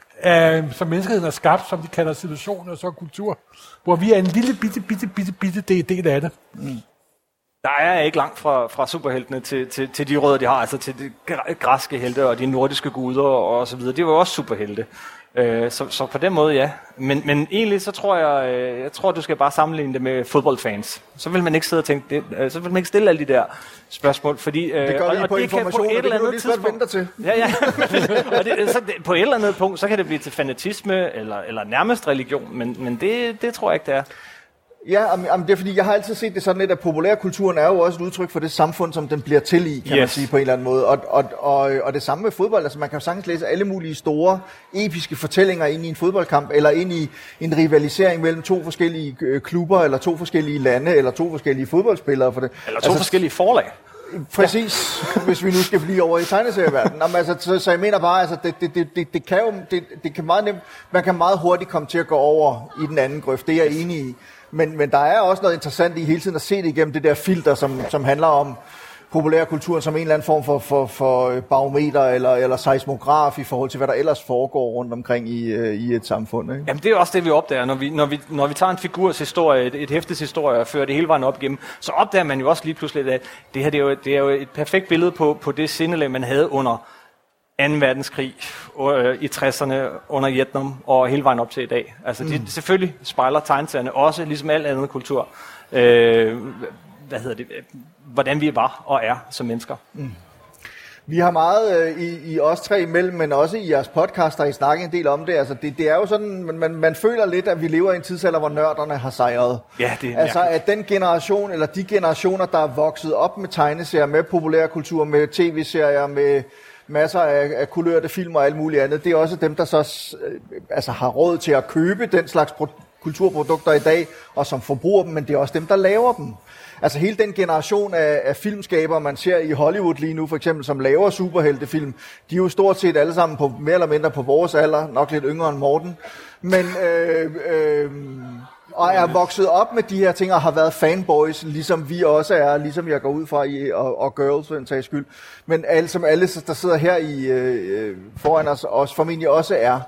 [SPEAKER 3] øh, som menneskeheden har skabt, som de kalder civilisationer og så kultur, hvor vi er en lille, bitte, bitte, bitte, bitte del, del af det. Mm.
[SPEAKER 4] Der er ikke langt fra, fra superheltene til, til, til de rødder, de har, altså til de græske helte og de nordiske guder og så videre. De var jo også superhelte. Øh, så, så på den måde, ja. Men, men egentlig så tror jeg, øh, jeg tror, du skal bare sammenligne det med fodboldfans. Så vil man ikke sidde og tænke det, øh, så vil man ikke stille alle de der spørgsmål, fordi øh,
[SPEAKER 2] det gør
[SPEAKER 4] og,
[SPEAKER 2] og, på
[SPEAKER 4] det
[SPEAKER 2] information,
[SPEAKER 4] kan på et eller andet
[SPEAKER 2] tidspunkt
[SPEAKER 4] til. Ja, ja. og det, så det, på et eller andet punkt, så kan det blive til fanatisme eller eller nærmest religion, men men det det tror jeg ikke det er.
[SPEAKER 2] Ja, men det er fordi, jeg har altid set det sådan lidt, at populærkulturen er jo også et udtryk for det samfund, som den bliver til i, kan yes. man sige på en eller anden måde. Og, og, og, og det samme med fodbold, altså man kan jo sagtens læse alle mulige store, episke fortællinger ind i en fodboldkamp, eller ind i en rivalisering mellem to forskellige klubber, eller to forskellige lande, eller to forskellige fodboldspillere. For det.
[SPEAKER 4] Eller to altså, forskellige forlag.
[SPEAKER 2] Præcis, ja. Hvis vi nu skal blive over i tegneserieverdenen. Jamen, altså, så, så jeg mener bare, altså, det, det, det, det, det kan jo, det, det kan meget nemt, man kan meget hurtigt komme til at gå over i den anden grøft, det er jeg enig i. Men, men der er også noget interessant i hele tiden at se det igennem det der filter, som, som handler om populærkulturen som en eller anden form for, for, for barometer eller, eller seismograf i forhold til, hvad der ellers foregår rundt omkring i, i et samfund. Ikke?
[SPEAKER 4] Jamen det er også det, vi opdager, når vi, når vi, når vi tager en figurs historie, et, et hæftes historie og fører det hele vejen op igennem, så opdager man jo også lige pludselig, at det her det er, jo, det er jo et perfekt billede på, på det sindelag, man havde under anden verdenskrig øh, i tresserne under Vietnam og hele vejen op til i dag. Altså mm. de, selvfølgelig spejler tegneserierne også, ligesom al anden kultur, øh, hvad hedder det, hvordan vi var og er som mennesker. Mm.
[SPEAKER 2] Vi har meget øh, i, i os tre imellem, men også i jeres podcast, der I snakket en del om det. Altså det, det er jo sådan, man, man, man føler lidt, at vi lever i en tidsalder, hvor nørderne har sejret.
[SPEAKER 4] Ja, det er
[SPEAKER 2] altså at den generation, eller de generationer, der er vokset op med tegneserier, med populærkultur, med tv-serier, med masser af, af kulørte film og alt muligt andet, det er også dem, der så øh, altså har råd til at købe den slags pro- kulturprodukter i dag, og som forbruger dem, men det er også dem, der laver dem. Altså hele den generation af, af filmskabere, man ser i Hollywood lige nu, for eksempel, som laver superheltefilm, de er jo stort set alle sammen på, mere eller mindre på vores alder, nok lidt yngre end Morten, men øh, øh, og er vokset op med de her ting, og har været fanboys, ligesom vi også er, ligesom jeg går ud fra, i, og, og girls, for en sags skyld. Men alle, som alle, der sidder her i, øh, foran os, også formentlig også er.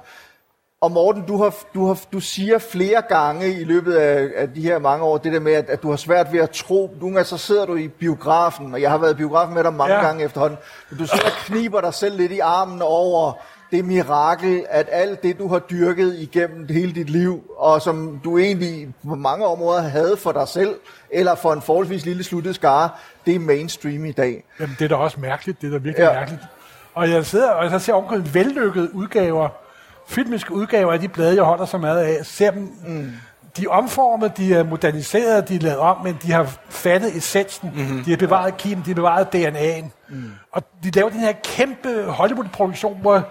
[SPEAKER 2] Og Morten, du, har, du, har, du siger flere gange i løbet af, af de her mange år, det der med, at, at du har svært ved at tro. Nogle gange så sidder du i biografen, og jeg har været i biografen med dig mange ja. gange efterhånden. Du sidder og kniber dig selv lidt i armen over det mirakel, at alt det, du har dyrket igennem hele dit liv, og som du egentlig på mange områder havde for dig selv, eller for en forholdsvis lille sluttet skare, det er mainstream i dag.
[SPEAKER 3] Jamen, det er da også mærkeligt. Det er da virkelig ja. mærkeligt. Og jeg sidder og jeg ser omkring vellykkede udgaver, filmiske udgaver af de blade, jeg holder så meget af. Ser dem, mm. de er omformet, de er moderniseret, de er lavet om, men de har fattet essensen, mm-hmm. de har bevaret kimen, de har bevaret D N A'en. Mm. Og de laver den her kæmpe Hollywood-produktion, hvor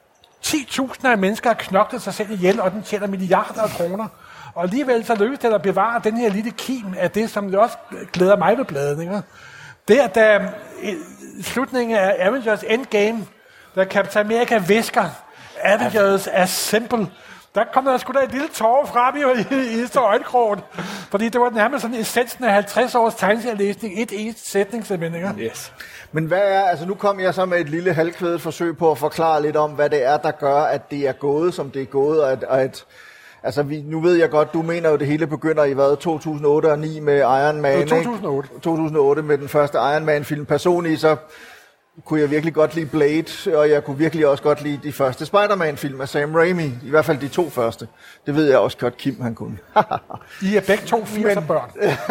[SPEAKER 3] ti tusinder af mennesker har knoklet sig selv ihjel, og den tjener milliarder af kroner. Og alligevel så lykkes det at bevare den her lille kim af det, som det også glæder mig ved bladet. Ikke? Det er da i slutningen af Avengers Endgame, da Captain America visker, Avengers Assemble, der kom der sgu da et lille tårer frem i, i, i øjenkrogen. Fordi det var nærmest sådan essensen af halvtreds års tegneserielæsning, et eneste sætningselement.
[SPEAKER 4] Yes.
[SPEAKER 2] Men hvad er, altså nu kom jeg så med et lille halvkvædet forsøg på at forklare lidt om, hvad det er, der gør, at det er gået, som det er gået, og at, og at altså vi, nu ved jeg godt, du mener jo, det hele begynder i hvad, to tusind otte og ni med Iron Man,
[SPEAKER 3] to tusind otte.
[SPEAKER 2] Ikke? to tusind otte med den første Iron Man film. Personligt så kunne jeg virkelig godt lide Blade, og jeg kunne virkelig også godt lide de første Spider-Man-film af Sam Raimi. I hvert fald de to første. Det ved jeg også godt, Kim han kunne.
[SPEAKER 3] I er begge to firs børn.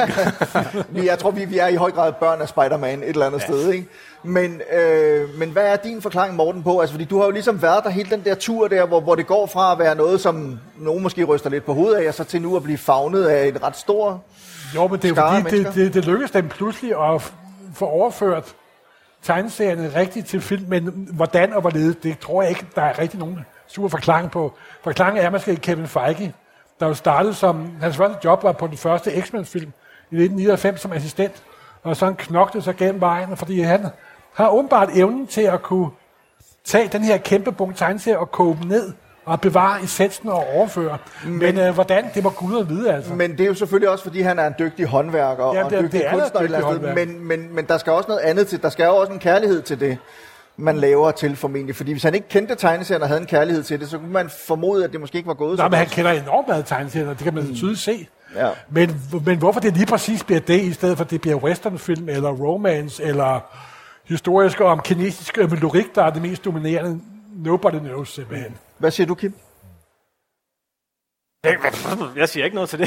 [SPEAKER 2] Jeg tror, vi, vi er i høj grad børn af Spider-Man et eller andet ja. sted. Ikke? Men, øh, men hvad er din forklaring, Morten, på? Altså, fordi du har jo ligesom været der hele den der tur der, hvor, hvor det går fra at være noget, som nogen måske ryster lidt på hovedet af, og så til nu at blive favnet af et ret stort
[SPEAKER 3] Jo, men det er jo fordi, det, det, det lykkedes dem pludselig at få overført tegneserierne rigtigt til film, men hvordan og hvorledes, det tror jeg ikke, der er rigtig nogen super forklaring på. Forklaringen er måske Kevin Feige, der jo startede som, hans første job var på den første X-Men-film i nitten nioghalvfems som assistent, og så han knoklede sig gennem vejen, fordi han har åbenbart evnen til at kunne tage den her kæmpe bunke tegneserier og koge dem ned, og bevare essensen og overføre. Men, men øh, hvordan, det må Gud at vide, altså.
[SPEAKER 2] Men det er jo selvfølgelig også, fordi han er en dygtig håndværker, ja, og en dygtig kunstner. Men, men, men der skal også noget andet til. Der skal jo også en kærlighed til det, man laver til formentlig. Fordi hvis han ikke kendte tegneserierne og havde en kærlighed til det, så kunne man formode, at det måske ikke var gået.
[SPEAKER 3] Nej, men han kender enormt meget tegneserier, det kan man mm. tydeligt se.
[SPEAKER 2] Ja.
[SPEAKER 3] Men, men hvorfor det lige præcis bliver det, i stedet for det bliver westernfilm, eller romance, eller historisk om kinesisk mytologi, der er det mest dominerende, nobody knows simpelthen.
[SPEAKER 2] Hvad siger du, Kim?
[SPEAKER 4] Jeg siger ikke noget til det.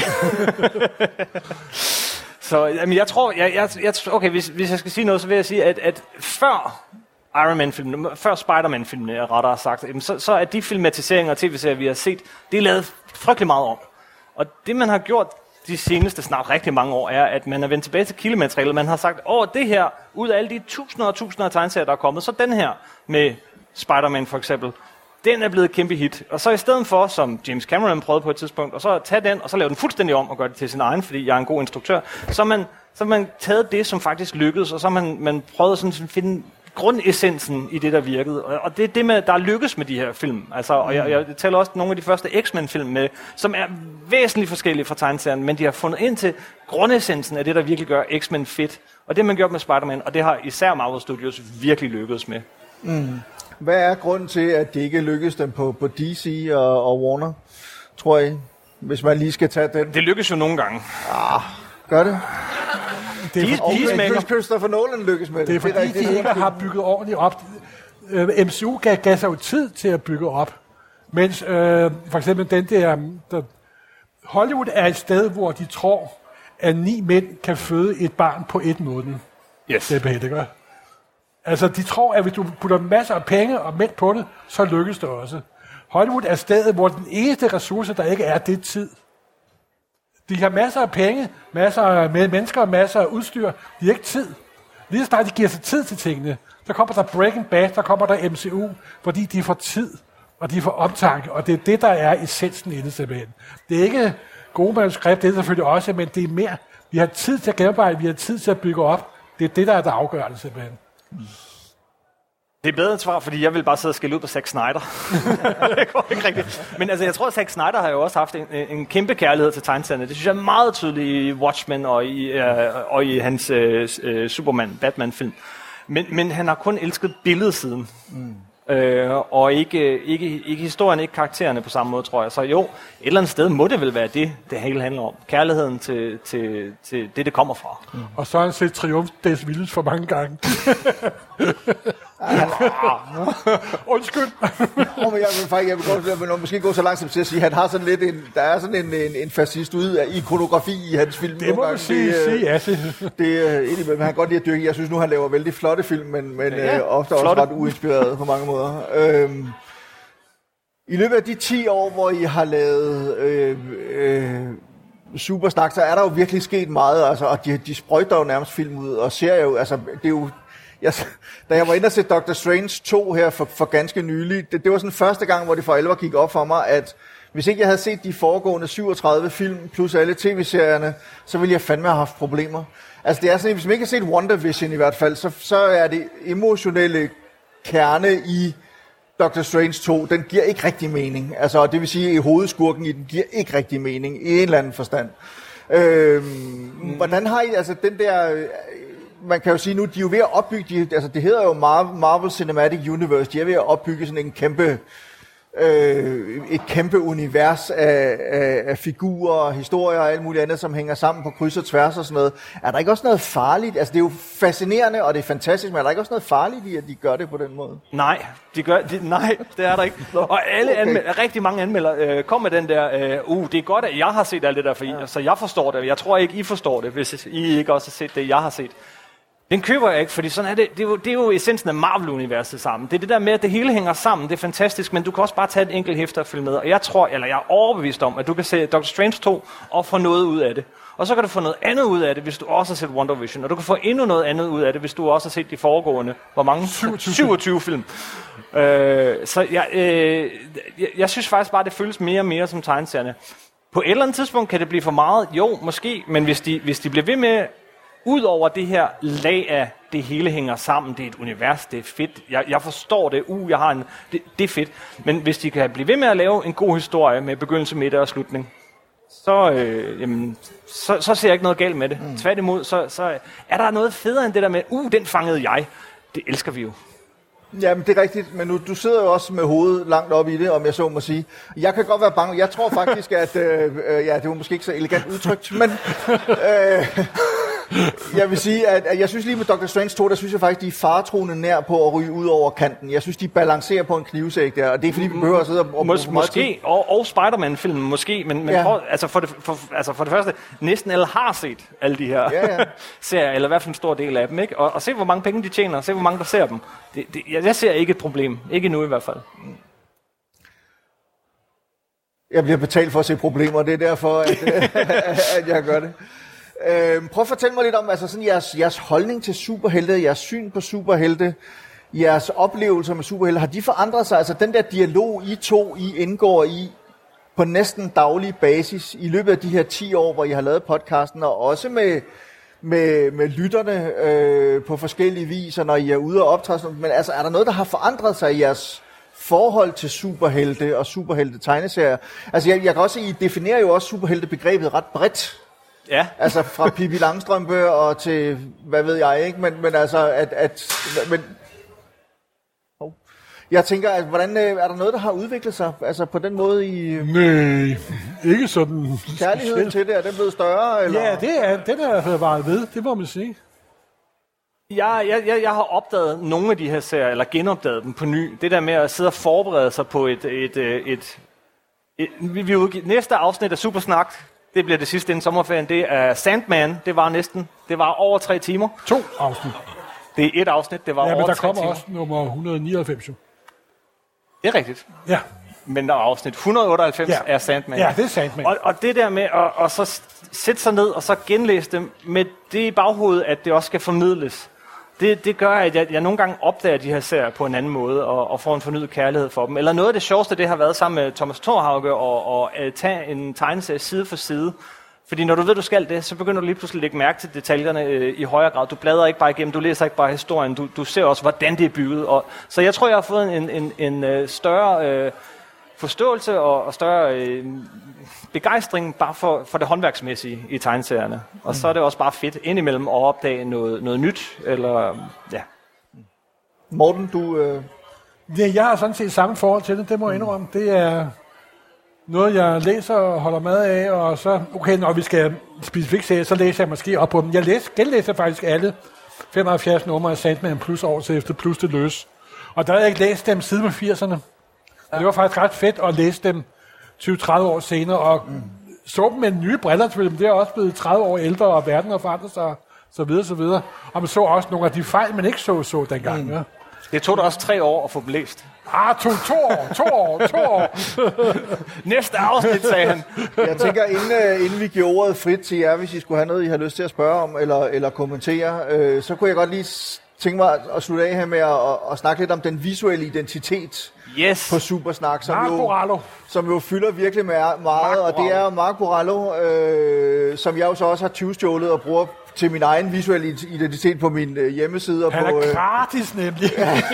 [SPEAKER 4] Så jamen, jeg tror, jeg, jeg, jeg, okay, hvis, hvis jeg skal sige noget, så vil jeg sige, at, at før Iron Man-filmen, før Spider-Man-filmen, er rettere sagt, så, så er de filmatiseringer og tv-serier, vi har set, det er lavet frygtelig meget om. Og det, man har gjort de seneste snart rigtig mange år, er, at man er vendt tilbage til kildematerialet. Man har sagt, åh, det her, ud af alle de tusinder og tusinder af tegneserier, der er kommet, så den her med Spider-Man for eksempel, den er blevet et kæmpe hit. Og så i stedet for, som James Cameron prøvede på et tidspunkt, og så tage den, og så lave den fuldstændig om og gøre det til sin egen, fordi jeg er en god instruktør, så har man, så har man taget det, som faktisk lykkedes, og så har man, man prøvet sådan at finde grundessensen i det, der virkede. Og det er det, med, der er lykkes med de her film. Altså, og jeg, jeg taler også nogle af de første X-Men-film med, som er væsentligt forskellige fra tegneserien, men de har fundet ind til grundessensen af det, der virkelig gør X-Men fedt. Og det har man gjort med Spider-Man, og det har især Marvel Studios virkelig lykkedes med.
[SPEAKER 2] Mm. Hvad er grunden til, at det ikke lykkedes dem på, på D C og, og Warner, tror I? Hvis man lige skal tage den.
[SPEAKER 4] Det lykkes jo nogle gange.
[SPEAKER 2] Ah, gør det?
[SPEAKER 3] Det er,
[SPEAKER 2] og
[SPEAKER 3] fordi,
[SPEAKER 2] Christopher Nolan lykkes med det.
[SPEAKER 3] Det er fordi, det er de ikke har bygget ordentligt op. M C U gav, gav sig jo tid til at bygge op. Mens øh, for eksempel den der, der... Hollywood er et sted, hvor de tror, at ni mænd kan føde et barn på et måned.
[SPEAKER 4] Yes.
[SPEAKER 3] Det er det gør. Altså, de tror, at hvis du putter masser af penge og mænd på det, så lykkes det også. Hollywood er stedet, hvor den eneste ressource, der ikke er, det er tid. De har masser af penge, masser af mennesker og masser af udstyr. De har ikke tid. Lige så snart de giver sig tid til tingene, så kommer der Breaking Bad, der kommer der M C U, fordi de får tid, og de får omtanke, og det er det, der er essensen i det simpelthen. Det er ikke gode manuskript, det er selvfølgelig også, men det er mere. Vi har tid til at gennemarbejde, vi har tid til at bygge op. Det er det, der er det afgørende simpelthen.
[SPEAKER 4] Det er bedre et svar, fordi jeg vil bare sidde og skælde ud på Zack Snyder. Det går ikke rigtigt. Men altså, jeg tror, at Zack Snyder har jo også haft en, en kæmpe kærlighed til tegneserierne. Det synes jeg er meget tydeligt i Watchmen og i, øh, og i hans øh, Superman, Batman-film. Men, men han har kun elsket billedsiden. Mm. Øh, og ikke, ikke, ikke historien, ikke karaktererne på samme måde, tror jeg. Så jo, et eller andet sted må det vel være det, det hele handler om. Kærligheden til, til, til det, det kommer fra.
[SPEAKER 3] Mm. Og så har han set Triumf des Vildes for mange gange. Undskyld.
[SPEAKER 2] oh, men jeg vil faktisk, jeg vil godt, jeg vil måske gå så langt som til at sige, at han har sådan lidt en, der er sådan en, en, en fascist ud af ikonografi i hans film.
[SPEAKER 3] Det må man sige, det, sige, ja. Det,
[SPEAKER 2] det er egentlig, men han kan godt lide at dyrke. Jeg synes nu, han laver vældig flotte film, men, men ja, øh, ofte flotte. Også ret uinspireret på mange måder. Øhm, I løbet af de ti år, hvor I har lavet øh, øh, Supersnak, så er der jo virkelig sket meget, altså, og de, de sprøjter jo nærmest film ud, og ser jo, altså, det er jo, jeg, da jeg var inde og se Doctor Strange to her for, for ganske nylig, det, det var sådan første gang, hvor det for alvor gik op for mig, at hvis ikke jeg havde set de foregående syvogtredive film, plus alle tv-serierne, så ville jeg fandme have haft problemer. Altså det er sådan, hvis man ikke har set WandaVision i hvert fald, så, så er det emotionelle kerne i Doctor Strange to, den giver ikke rigtig mening. Altså det vil sige, at hovedskurken i den giver ikke rigtig mening, i en eller anden forstand. Øhm, mm. Hvordan har I, altså den der... Man kan jo sige nu, de er jo ved at opbygge, de, altså det hedder jo Marvel Cinematic Universe, de er ved at opbygge sådan en kæmpe, øh, et kæmpe univers af, af, af figurer, historier og alt muligt andet, som hænger sammen på kryds og tværs og sådan noget. Er der ikke også noget farligt? Altså det er jo fascinerende, og det er fantastisk, men er der ikke også noget farligt i, at de gør det på den måde?
[SPEAKER 4] Nej, de gør, de, nej det er der ikke. Og alle okay. anmeld, rigtig mange anmeldere øh, kom med den der, øh, uh, det er godt, at jeg har set alt det der, for I, ja. Så jeg forstår det. Jeg tror ikke, I forstår det, hvis I ikke også har set det, jeg har set. Den køber jeg ikke, fordi sådan er det. Det er, jo, det er jo essensen af Marvel-universet sammen. Det er det der med, at det hele hænger sammen. Det er fantastisk, men du kan også bare tage et enkelt hæfte og følge med. Og jeg tror, eller jeg er overbevist om, at du kan se Doctor Strange to og få noget ud af det. Og så kan du få noget andet ud af det, hvis du også har set WandaVision. Og du kan få endnu noget andet ud af det, hvis du også har set de foregående. Hvor mange?
[SPEAKER 3] syvogtyve,
[SPEAKER 4] syvogtyve film. Øh, så jeg, øh, jeg, jeg synes faktisk bare, at det føles mere og mere som tegneserierne. På et eller andet tidspunkt kan det blive for meget. Jo, måske. Men hvis de, hvis de bliver ved med... Udover det her lag af, det hele hænger sammen, det er et univers, det er fedt, jeg, jeg forstår det, uh, jeg har en, det, det er fedt. Men hvis de kan blive ved med at lave en god historie med begyndelse, midte og slutning, så, øh, jamen, så, så ser jeg ikke noget galt med det. Mm. Tværtimod, så, så er der noget federe end det der med, uh, den fangede jeg. Det elsker vi jo.
[SPEAKER 2] Jamen, det er rigtigt, men nu, du sidder jo også med hovedet langt op i det, om jeg så må sige. Jeg kan godt være bange. Jeg tror faktisk, at... Øh, øh, ja, det var måske ikke så elegant udtrykt, men... Øh, Jeg vil sige, at, at jeg synes lige med Doctor Strange to, der synes jeg faktisk, de er faretruende nær på at ryge ud over kanten. Jeg synes, de balancerer på en knivsæk der, og det er fordi, vi behøver at sidde og, og
[SPEAKER 4] Mås- Måske, og, og Spider-Man-filmen måske, men, men
[SPEAKER 2] ja.
[SPEAKER 4] for, altså, for det, for, altså for det første, næsten alle har set alle de her
[SPEAKER 2] ja, ja.
[SPEAKER 4] serier, eller i hvert fald en stor del af dem, ikke? Og, og se, hvor mange penge de tjener, og se, hvor mange der ser dem. Det, det, jeg, jeg ser ikke et problem. Ikke nu i hvert fald.
[SPEAKER 2] Jeg bliver betalt for at se problemer, det er derfor, at, at jeg gør det. Øh, prøv at fortælle mig lidt om altså sådan jeres, jeres holdning til superhelte, jeres syn på superhelte, jeres oplevelser med superhelte. Har de forandret sig? Altså den der dialog, I to, I indgår i på næsten daglig basis i løbet af de her ti år, hvor I har lavet podcasten, og også med, med, med lytterne øh, på forskellige viser, når I er ude og optræde. Men altså, er der noget, der har forandret sig i jeres forhold til superhelte og superhelte-tegneserier? Altså, jeg, jeg kan også, I definerer jo også superhelte-begrebet ret bredt.
[SPEAKER 4] Ja.
[SPEAKER 2] Altså, fra Pippi Langstrømpe og til, hvad ved jeg, ikke? Men, men altså, at... at men, oh. Jeg tænker, at hvordan, er der noget, der har udviklet sig? Altså, på den måde i...
[SPEAKER 3] Nej, ikke sådan...
[SPEAKER 2] Kærligheden til det, er den blevet større? Eller?
[SPEAKER 3] Ja, det er, den er varet ved, det må man sige.
[SPEAKER 4] Jeg, jeg, jeg, jeg har opdaget nogle af de her serier, eller genopdaget dem på ny. Det der med at sidde og forberede sig på et... et, et, et, et vi, vi udgiver, næste afsnit af Supersnak, det bliver det sidste inden sommerferien, det er Sandman. Det var næsten, det var over tre timer.
[SPEAKER 3] To afsnit.
[SPEAKER 4] Det er et afsnit, det var
[SPEAKER 3] Ja,
[SPEAKER 4] over
[SPEAKER 3] men der
[SPEAKER 4] tre
[SPEAKER 3] kommer
[SPEAKER 4] timer.
[SPEAKER 3] også nummer et hundrede nioghalvfems jo.
[SPEAKER 4] Det er rigtigt.
[SPEAKER 3] Ja.
[SPEAKER 4] Men der er afsnit et hundrede otteoghalvfems
[SPEAKER 3] Ja.
[SPEAKER 4] er Sandman.
[SPEAKER 3] Ja, det er Sandman.
[SPEAKER 4] Og, og det der med at og så sætte sig ned og så genlæse dem med det i baghovedet, at det også skal formidles. Det, det gør, at jeg, jeg nogle gange opdager de her serier på en anden måde og, og får en fornyet kærlighed for dem. Eller noget af det sjoveste, det har været sammen med Thomas Thorhauge og, og at tage en tegneserie side for side. Fordi når du ved, du skal det, så begynder du lige pludselig at lægge mærke til detaljerne øh, i højere grad. Du bladrer ikke bare igennem, du læser ikke bare historien, du, du ser også, hvordan det er bygget. Og, så jeg tror, jeg har fået en, en, en, en større øh, forståelse og, og større øh, begejstring bare for, for det håndværksmæssige i tegneserierne. Og mm. så er det også bare fedt indimellem at opdage noget, noget nyt. Eller, ja.
[SPEAKER 2] Morten, du... Øh...
[SPEAKER 3] Ja, jeg har sådan set samme forhold til det, det må jeg indrømme. Det er noget, jeg læser og holder med af, og så, okay, når vi skal specifikt se, så læser jeg måske op på dem. Jeg læser, genlæser faktisk alle femoghalvfjerds numre af Sandman plus års efter plus det løs. Og der havde jeg ikke læst dem siden med firserne. Ja. Det var faktisk ret fedt at læse dem tyve til tredive år senere, og mm. så dem med nye briller til dem. Det er også blevet tredive år ældre, og verden har forandret sig, så videre, så videre. Og man så også nogle af de fejl, man ikke så så dengang. Mm. Ja.
[SPEAKER 4] Det tog da også tre år at få dem læst.
[SPEAKER 3] Ah, to, to år, to år, to år.
[SPEAKER 4] Næste afsnit, sagde han.
[SPEAKER 2] Jeg tænker, inden, uh, inden vi giver ordet frit til jer, hvis I skulle have noget, I har lyst til at spørge om, eller, eller kommentere, øh, så kunne jeg godt lige tænke mig at slutte af her med at, at, at snakke lidt om den visuelle identitet
[SPEAKER 4] yes.
[SPEAKER 2] på Supersnak, som
[SPEAKER 3] Mark
[SPEAKER 2] jo,
[SPEAKER 3] Borallo.
[SPEAKER 2] som jo fylder virkelig meget, meget og det er Mark Borallo, øh, som jeg jo så også har tyvstjålet og bruger til min egen visuelle identitet på min øh, hjemmeside. Og
[SPEAKER 3] Han
[SPEAKER 2] på,
[SPEAKER 3] er
[SPEAKER 2] øh,
[SPEAKER 3] gratis nemlig.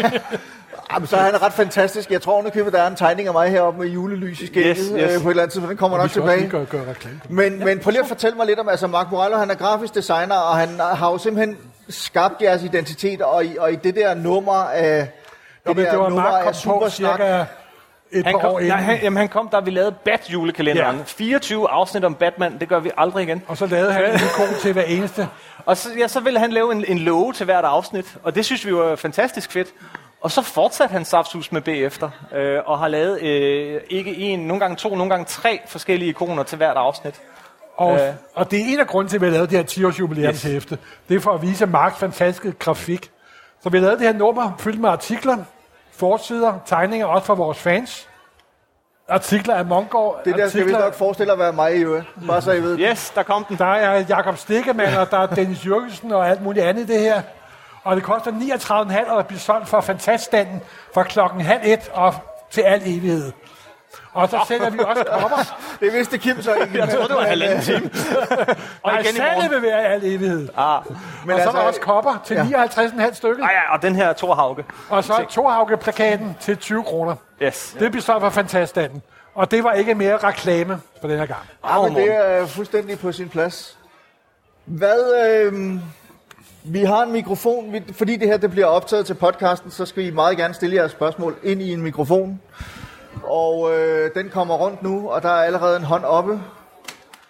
[SPEAKER 2] Jamen, så er han ret fantastisk. Jeg tror underkøbet, der er en tegning af mig heroppe med julelys i skægget
[SPEAKER 4] Yes, yes.
[SPEAKER 2] øh, på et eller andet tidspunkt. Den kommer nok
[SPEAKER 3] Vi skal
[SPEAKER 2] tilbage.
[SPEAKER 3] også lige gøre, gøre reklame.
[SPEAKER 2] Men, men prøv lige at fortælle mig lidt om, altså Mark Borallo, han er grafisk designer, og han har jo simpelthen skabt jeres identitet, og i, og i det der nummer af, det,
[SPEAKER 3] Nå, men
[SPEAKER 2] der
[SPEAKER 3] det var
[SPEAKER 2] nummer
[SPEAKER 3] Mark
[SPEAKER 2] af
[SPEAKER 3] kom på
[SPEAKER 2] Supersnak.
[SPEAKER 3] cirka et
[SPEAKER 4] Han
[SPEAKER 3] par
[SPEAKER 4] kom,
[SPEAKER 3] år
[SPEAKER 4] nej,
[SPEAKER 3] inden.
[SPEAKER 4] han, jamen, han kom, da vi lavede Bat-julekalenderen.
[SPEAKER 3] Ja.
[SPEAKER 4] fireogtyve afsnit om Batman, det gør vi aldrig igen.
[SPEAKER 3] Og så lavede han en ikon til hver eneste.
[SPEAKER 4] Og så, ja, så ville han lave en, en logo til hvert afsnit, og det synes vi var fantastisk fedt. Og så fortsatte han saftsus med bagefter, øh, og har lavet øh, ikke en, nogle gange to, nogle gange tre forskellige ikoner til hvert afsnit.
[SPEAKER 3] Og,
[SPEAKER 4] Øh.
[SPEAKER 3] og det er en af grunden til, at vi har lavet det her ti års jubilæumshæfte. Det er for at vise Marks fantastiske grafik. Så vi har lavet det her nummer fyldt med artikler, forsider, tegninger, også for vores fans. Artikler af Mongård.
[SPEAKER 2] Det der skal vi nok forestille at være mig i øvrigt. Bare så I ved.
[SPEAKER 4] Yes, der kom den.
[SPEAKER 3] Der er Jakob Stikkemann, og der er Dennis Jørgensen og alt muligt andet i det her. Og det koster niogtredive komma fem at blive solgt for fantaststanden fra klokken halv et og til al evighed. Og så sælger vi også kopper.
[SPEAKER 2] Det vidste Kim så ikke.
[SPEAKER 4] Jeg troede, det var halvanden time. Og
[SPEAKER 3] Nej,
[SPEAKER 4] igen i
[SPEAKER 3] salget
[SPEAKER 4] morgen.
[SPEAKER 3] vil være i al evighed.
[SPEAKER 4] Ah.
[SPEAKER 3] Men og så er der også kopper til
[SPEAKER 2] ja.
[SPEAKER 3] nioghalvtreds komma fem stykket.
[SPEAKER 4] Ah, ja, og den her Thorhauge.
[SPEAKER 3] Og så Thorhauge-plakaten til tyve kroner.
[SPEAKER 4] Yes.
[SPEAKER 3] Det bliver solgt for fantaststanden. Og det var ikke mere reklame på den her gang.
[SPEAKER 2] Ja, men det er fuldstændig på sin plads. Hvad... Øh, vi har en mikrofon, vi, fordi det her det bliver optaget til podcasten, så skal I meget gerne stille jeres spørgsmål ind i en mikrofon. Og øh, den kommer rundt nu, og der er allerede en hånd oppe.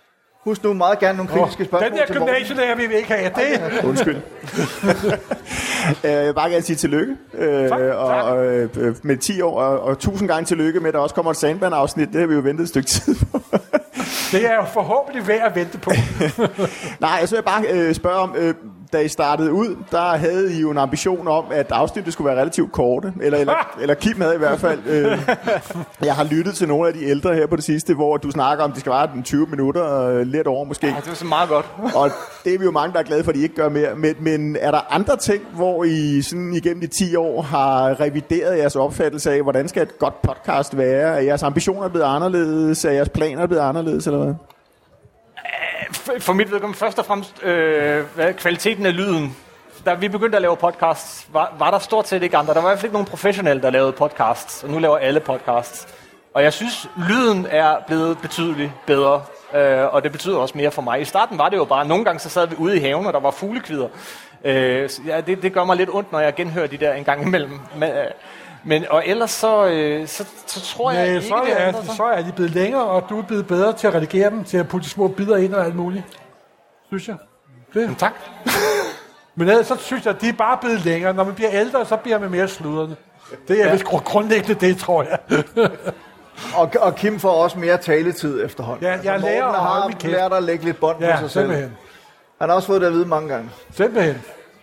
[SPEAKER 2] Husk nu meget gerne nogle kritiske spørgsmål
[SPEAKER 3] Den der
[SPEAKER 2] til Morten.
[SPEAKER 3] gymnasielærer vil vi ikke have. Det.
[SPEAKER 5] Undskyld. Jeg vil bare gerne sige tillykke. Øh,
[SPEAKER 3] tak, tak.
[SPEAKER 5] Og, øh, med ti år, og, og tusind gange tillykke med, at der også kommer et Sandman-afsnit. Det har vi jo ventet et stykke tid på.
[SPEAKER 3] Det er jo forhåbentlig værd at vente på.
[SPEAKER 5] Nej, så vil jeg bare øh, spørge om, øh, da I startede ud, der havde I jo en ambition om, at afsnittet skulle være relativt korte. Eller, eller, eller Kim havde i hvert fald. Øh, jeg har lyttet til nogle af de ældre her på det sidste, hvor du snakker om, at det skal være tyve minutter, øh, lidt over måske.
[SPEAKER 4] Ja, det er så meget godt.
[SPEAKER 5] Og det er vi jo mange, der er glade for, at de ikke gør mere. Men, men er der andre ting, hvor I sådan igennem de ti år har revideret jeres opfattelse af, hvordan skal et godt podcast være? Er jeres ambitioner blevet anderledes? Er jeres planer blevet anderledes, eller hvad?
[SPEAKER 4] For mit vedkommende først og fremmest øh, hvad, kvaliteten af lyden. Da vi begyndte at lave podcasts, var, var der stort set ikke andre. Der var i hvert fald ikke nogen professionelle, der lavede podcasts, og nu laver alle podcasts. Og jeg synes, lyden er blevet betydeligt bedre, øh, og det betyder også mere for mig. I starten var det jo bare, nogle gange så sad vi ude i haven, og der var fuglekvider. Øh, ja, det, det gør mig lidt ondt, når jeg genhører de der en gang imellem. Men, øh, men og ellers så, øh, så, så tror jeg
[SPEAKER 3] Nej,
[SPEAKER 4] ikke,
[SPEAKER 3] så
[SPEAKER 4] det
[SPEAKER 3] er,
[SPEAKER 4] ændrer sig.
[SPEAKER 3] så er de blevet længere, og du er blevet bedre til at redigere dem, til at putte små bidder ind og alt muligt. Synes jeg. Det.
[SPEAKER 4] Jamen, tak.
[SPEAKER 3] Men ellers så synes jeg, at de er bare blevet længere. Når man bliver ældre, så bliver man mere sludrende. Det er ja. vist grundlæggende det, tror jeg.
[SPEAKER 2] Og, og Kim får også mere taletid efterhånden.
[SPEAKER 3] Ja, jeg lærer at holde mit
[SPEAKER 2] har
[SPEAKER 3] kæft.
[SPEAKER 2] lært at lægge lidt bånd
[SPEAKER 3] Ja,
[SPEAKER 2] på sig selv.
[SPEAKER 3] simpelthen.
[SPEAKER 2] Han har også fået det at vide mange gange.
[SPEAKER 3] Simpelthen.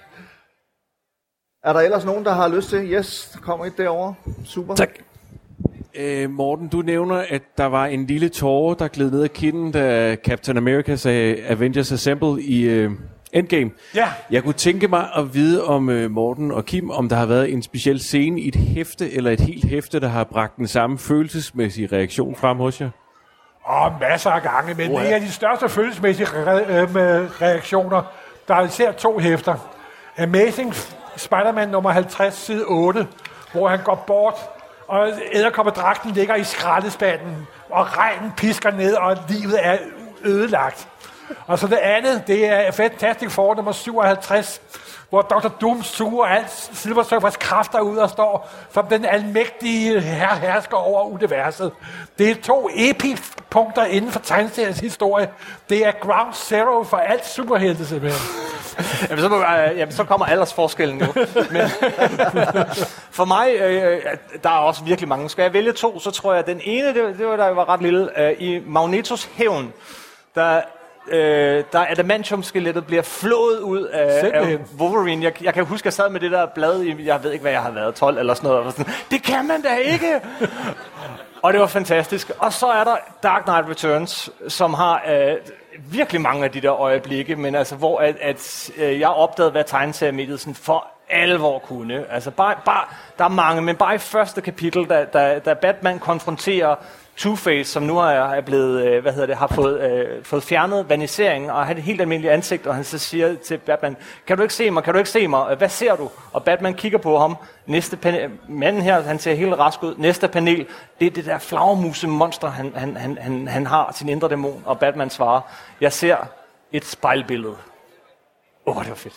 [SPEAKER 2] Er der ellers nogen, der har lyst til? Yes, der kommer et derovre. Super.
[SPEAKER 6] Tak. Øh, Morten, du nævner, at der var en lille tåre, der gled ned ad kinden, da Captain America sagde Avengers Assemble i øh, Endgame.
[SPEAKER 3] Ja.
[SPEAKER 6] Jeg kunne tænke mig at vide om øh, Morten og Kim, om der har været en speciel scene i et hæfte, eller et helt hæfte, der har bragt den samme følelsesmæssige reaktion frem hos jer.
[SPEAKER 3] Og masser af gange, men det er de største følelsesmæssige re- øh, reaktioner. Der er især to hæfter. Amazing Spider-Man nummer halvtreds, side otte, hvor han går bort, og edderkoppedragten ligger i skraldespanden, og regnen pisker ned, og livet er ødelagt. Og så det andet, det er Fantastic Four nummer syvoghalvtreds, hvor doktor Doom suger alt Silver Surfers kræfter ud og står som den almægtige her hersker over universet. Det er to epipunkter inden for tegneseriens historie. Det er ground zero for alt superhelte, simpelthen.
[SPEAKER 4] Jamen, så, øh, jamen, så kommer aldersforskellen jo. Men, for mig, øh, der er også virkelig mange. Skal jeg vælge to, så tror jeg, at den ene, det, det var, der var ret lille, øh, i Magnetos hævn, der... Øh, der adamantium-skelettet bliver flået ud af, af Wolverine. Jeg, jeg kan huske, at jeg sad med det der blad i, jeg ved ikke, hvad jeg har været, tolv eller sådan noget. Og sådan, det kan man da ikke! Og det var fantastisk. Og så er der Dark Knight Returns, som har øh, virkelig mange af de der øjeblikke, men altså, hvor at, at, øh, jeg opdagede, hvad tegneseriemediet sådan for alvor kunne. Altså, bare, bare, der er mange, men bare i første kapitel, da, da, da Batman konfronterer Two-Face, som nu er, er blevet, hvad hedder det, har fået, øh, fået fjernet vaniseringen og har et helt almindeligt ansigt, og han så siger til Batman, kan du ikke se mig, kan du ikke se mig, hvad ser du? Og Batman kigger på ham, næste panel, manden her, han ser helt rask ud, næste panel, det er det der flagermuse monster, han, han, han, han, han har, sin indre dæmon, og Batman svarer, jeg ser et spejlbillede. Åh, oh, det var fedt.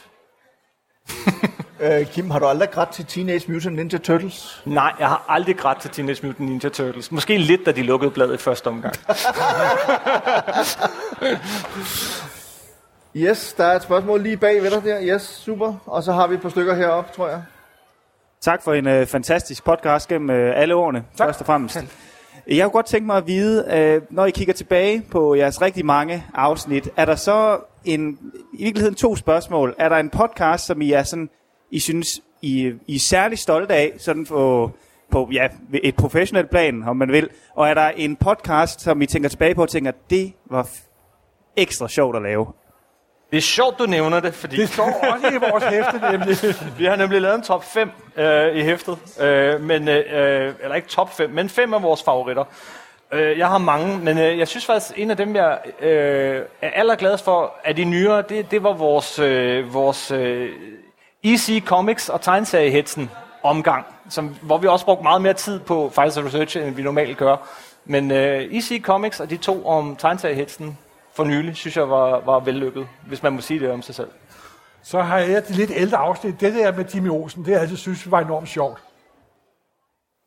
[SPEAKER 2] Øh, Kim, har du aldrig grædt til Teenage Mutant Ninja Turtles?
[SPEAKER 4] Nej, jeg har aldrig grædt til Teenage Mutant Ninja Turtles. Måske lidt, da de lukkede bladet i første omgang.
[SPEAKER 2] Yes, der er et spørgsmål lige bag ved dig der. Yes, super. Og så har vi et par stykker heroppe, tror jeg.
[SPEAKER 7] Tak for en øh, fantastisk podcast gennem øh, alle årene, tak. Først og fremmest. Jeg kunne godt tænke mig at vide, øh, når I kigger tilbage på jeres rigtig mange afsnit, er der så en, i virkeligheden to spørgsmål. Er der en podcast, som I er sådan, I synes, I, I er særlig stolte af, sådan på, på ja, et professionelt plan, om man vil, og er der en podcast, som I tænker tilbage på og tænker, det var ekstra sjovt at lave?
[SPEAKER 4] Det er sjovt, du nævner det, fordi...
[SPEAKER 3] Det står også i vores hæfte, nemlig.
[SPEAKER 4] Vi har nemlig lavet en top fem øh, i hæftet. Øh, men, øh, eller ikke top fem, men fem af vores favoritter. Øh, jeg har mange, men øh, jeg synes faktisk, en af dem, jeg øh, er allergladest for, af de nyere, det, det var vores, øh, vores øh, E C Comics og tegneseriehetsen omgang, som, hvor vi også brugte meget mere tid på faktisk research, end vi normalt gør. Men øh, E C Comics og de to om tegneseriehetsen for nylig, synes jeg var, var vellykket, hvis man må sige det om sig selv.
[SPEAKER 3] Så har jeg det lidt ældre afsnit. Det der med Jimmy Olsen, det jeg altid synes var enormt sjovt.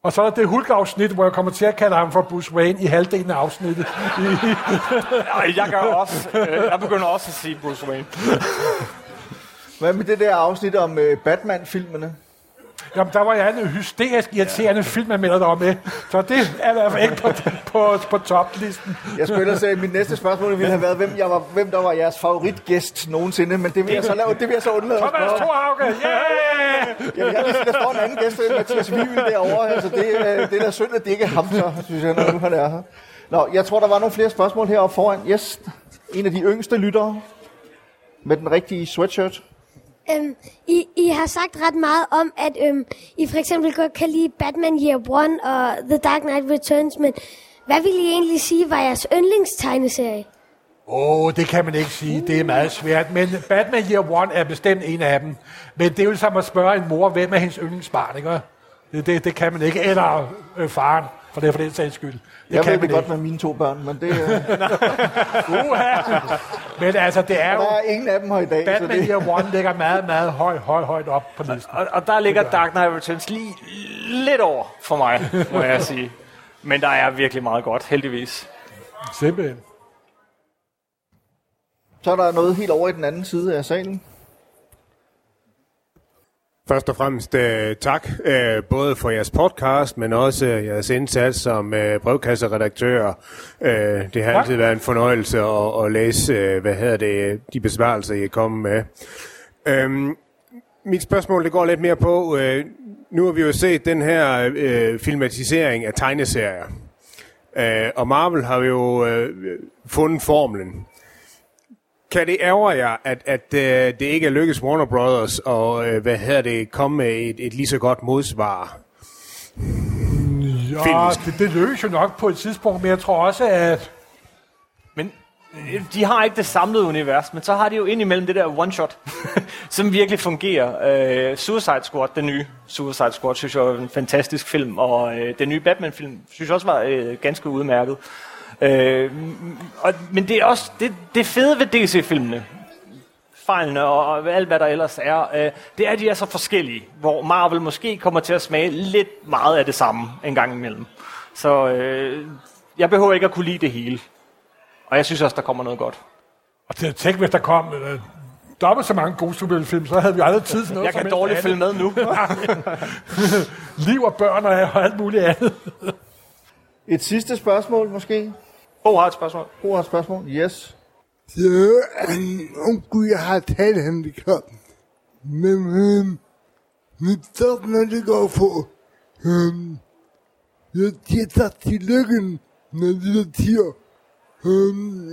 [SPEAKER 3] Og så er der det Hulk-afsnit, hvor jeg kommer til at kalde ham for Bruce Wayne i halvdelen af afsnittet.
[SPEAKER 4] jeg, gør også, øh, jeg begynder også at sige Bruce Wayne.
[SPEAKER 2] Hvad med det der afsnit om øh, Batman-filmene?
[SPEAKER 3] Jamen, der var jeg en hysterisk irriterende filmanmelder, der var med. Så det er i hvert fald ikke på, på, på toplisten.
[SPEAKER 2] Jeg skulle ellers sige, mit næste spørgsmål ville have været, hvem, jeg var, hvem der var jeres favoritgæst nogensinde, men det vil jeg så lave, det vil jeg så undlade at
[SPEAKER 3] Thomas Thorhauge, yeah!
[SPEAKER 2] Jamen, jeg kan sige, der står en anden gæst, Mathias Wivel derovre. Altså, det, det er da synd, at det ikke er ham, så synes jeg, når nu han er her. Nå, jeg tror, der var nogle flere spørgsmål heroppe foran. Yes, en af de yngste lyttere med den rigtige sweatshirt.
[SPEAKER 8] Øhm, I, I har sagt ret meget om, at øhm, I for eksempel godt kan lide Batman Year One og The Dark Knight Returns, men hvad vil I egentlig sige var jeres yndlingstegneserie?
[SPEAKER 3] Åh, oh, det kan man ikke sige. Det er meget svært. Men Batman Year One er bestemt en af dem. Men det er jo som at spørge en mor, hvem er hendes yndlingsbarn, ikke? Det, det, det kan man ikke. Eller øh, faren, for det er for den sags skyld. Det
[SPEAKER 2] jeg
[SPEAKER 3] kan
[SPEAKER 2] ved det
[SPEAKER 3] man
[SPEAKER 2] godt
[SPEAKER 3] ikke.
[SPEAKER 2] med mine to børn, men det...
[SPEAKER 3] uh, men altså, det er jo...
[SPEAKER 2] Der er ingen af dem her i dag.
[SPEAKER 3] Batman
[SPEAKER 2] så det...
[SPEAKER 3] Year One ligger meget, meget højt, højt, højt op på listen.
[SPEAKER 4] Og, og der ligger Dark Knight Returns lige lidt over for mig, må jeg sige. Men der er virkelig meget godt, heldigvis.
[SPEAKER 3] Simpelthen.
[SPEAKER 2] Så er der noget helt over i den anden side af salen.
[SPEAKER 9] Først og fremmest øh, tak, øh, både for jeres podcast, men også øh, jeres indsats som øh, brevkasseredaktør. Øh, det har altid været en fornøjelse at, at læse, øh, hvad hedder det, de besvarelser, I er kommet med. Øhm, mit spørgsmål, det går lidt mere på, øh, nu har vi jo set den her øh, filmatisering af tegneserier, øh, og Marvel har jo øh, fundet formlen. Kan det ærger jer, at, at uh, det ikke er lykkes Warner Brothers og uh, hvad hedder det, komme med et, et lige så godt modsvar?
[SPEAKER 3] Ja, det, det lykkes jo nok på et tidspunkt, men jeg tror også, at...
[SPEAKER 4] Men de har ikke det samlede univers, men så har de jo indimellem det der one-shot, som virkelig fungerer. Uh, Suicide Squad, den nye Suicide Squad, synes jeg var en fantastisk film, og uh, den nye Batman-film, synes jeg også var uh, ganske udmærket. Øh, og, men det er også det, det fede ved D C-filmene, fejlene og, og alt hvad der ellers er, øh, det er, at de er så forskellige, hvor Marvel måske kommer til at smage lidt meget af det samme en gang imellem. Så øh, jeg behøver ikke at kunne lide det hele, og jeg synes også, der kommer noget godt.
[SPEAKER 3] Og til at tænke, hvis der kom øh, dobbelt så mange gode superheltefilm, så havde vi aldrig tid til noget.
[SPEAKER 4] Jeg kan dårligt følge med nu.
[SPEAKER 3] Liv og børn og alt muligt andet.
[SPEAKER 2] Et sidste spørgsmål, måske?
[SPEAKER 4] Bo har et spørgsmål.
[SPEAKER 2] Bo har et spørgsmål, yes.
[SPEAKER 10] Ja, om Gud, jeg har talhandicap. Men, øhm, mit stop, når det går på, øhm, jeg giver sig til lykken, når det siger, øhm,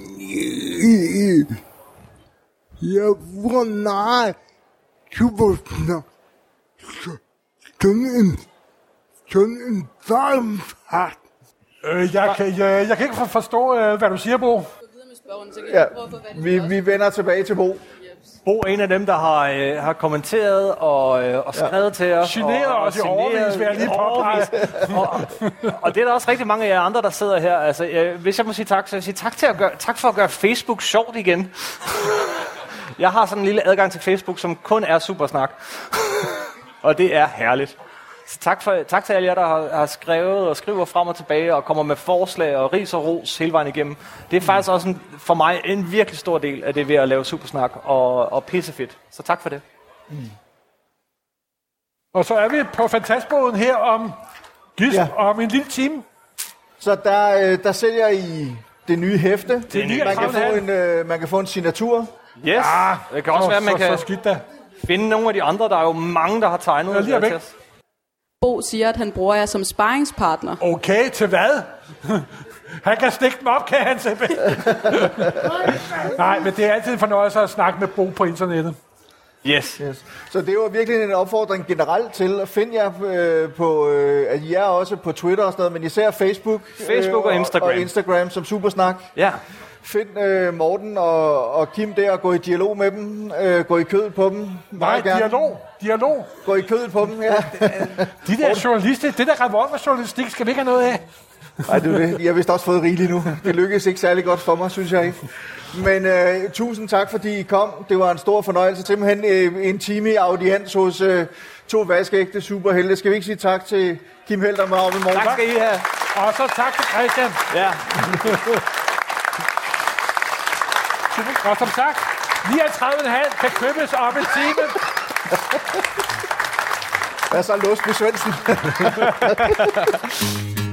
[SPEAKER 10] jeg var nej, supersnart, sådan en, sådan en varmfart.
[SPEAKER 3] Øh, jeg, kan, jeg, jeg kan ikke forstå, øh, hvad du siger, Bo.
[SPEAKER 2] Ja, vi, vi vender tilbage til Bo.
[SPEAKER 4] Bo er en af dem, der har, øh, har kommenteret og, øh, og skrevet ja. til os.
[SPEAKER 3] Generet
[SPEAKER 4] og,
[SPEAKER 3] os i overvis, vil jeg lige påpege.
[SPEAKER 4] og, og det er der også rigtig mange af jer andre, der sidder her. Altså, øh, hvis jeg må sige tak, så vil jeg sige tak, til at gøre, tak for at gøre Facebook sjovt igen. Jeg har sådan en lille adgang til Facebook, som kun er Supersnak. Og det er herligt. Så tak, for, tak til alle jer, der har, har skrevet og skriver frem og tilbage og kommer med forslag og ris og ros hele vejen igennem. Det er faktisk også en, for mig en virkelig stor del af det ved at lave Supersnak og, og pissefedt. Så tak for det. Mm.
[SPEAKER 3] Og så er vi på Fantasboden her om, Gisp, ja. om en lille time.
[SPEAKER 2] Så der, der sælger I det nye hæfte.
[SPEAKER 3] Det nye,
[SPEAKER 2] man, kan få en, øh, man kan få en signatur.
[SPEAKER 4] Yes, ja, det kan også
[SPEAKER 3] så,
[SPEAKER 4] være, at man
[SPEAKER 3] så,
[SPEAKER 4] kan
[SPEAKER 3] så skidt da.
[SPEAKER 4] finde nogle af de andre. Der er jo mange, der har tegnet.
[SPEAKER 3] Ja, lige er væk.
[SPEAKER 11] Bo siger, at han bruger jer som sparringspartner.
[SPEAKER 3] Okay, til hvad? Han kan stikke dem op, kan han simpelthen. Nej, men det er altid en fornøjelse at snakke med Bo på internettet.
[SPEAKER 4] Yes.
[SPEAKER 2] yes. Så det var virkelig en opfordring generelt til at finde jer øh, på, øh, at I er også på Twitter og sådan noget, men især Facebook.
[SPEAKER 4] Facebook og Instagram.
[SPEAKER 2] Og, og Instagram som Supersnak.
[SPEAKER 4] Ja.
[SPEAKER 2] Find øh, Morten og, og Kim der og gå i dialog med dem. Øh, gå i kødet på dem.
[SPEAKER 3] Nej, dialog. Dialog.
[SPEAKER 2] Gå i kødet på dem, ja.
[SPEAKER 3] De der journalister, det der revolverjournalistik, skal vi ikke have noget af?
[SPEAKER 2] Nej, det er det. Jeg har vist også fået rigeligt nu. Det lykkedes ikke særlig godt for mig, synes jeg ikke. Men øh, tusind tak, fordi I kom. Det var en stor fornøjelse. Simpelthen øh, en time i audiens hos øh, To vaskeægte superhelte. Skal vi ikke sige tak til Kim Helder med op i morgen?
[SPEAKER 4] Tak skal I have.
[SPEAKER 3] Og så tak til Christian.
[SPEAKER 4] Ja.
[SPEAKER 3] Og som sagt, niogtredive komma fem kan købes op en time.
[SPEAKER 2] Hvad så, Låsby Svendsen?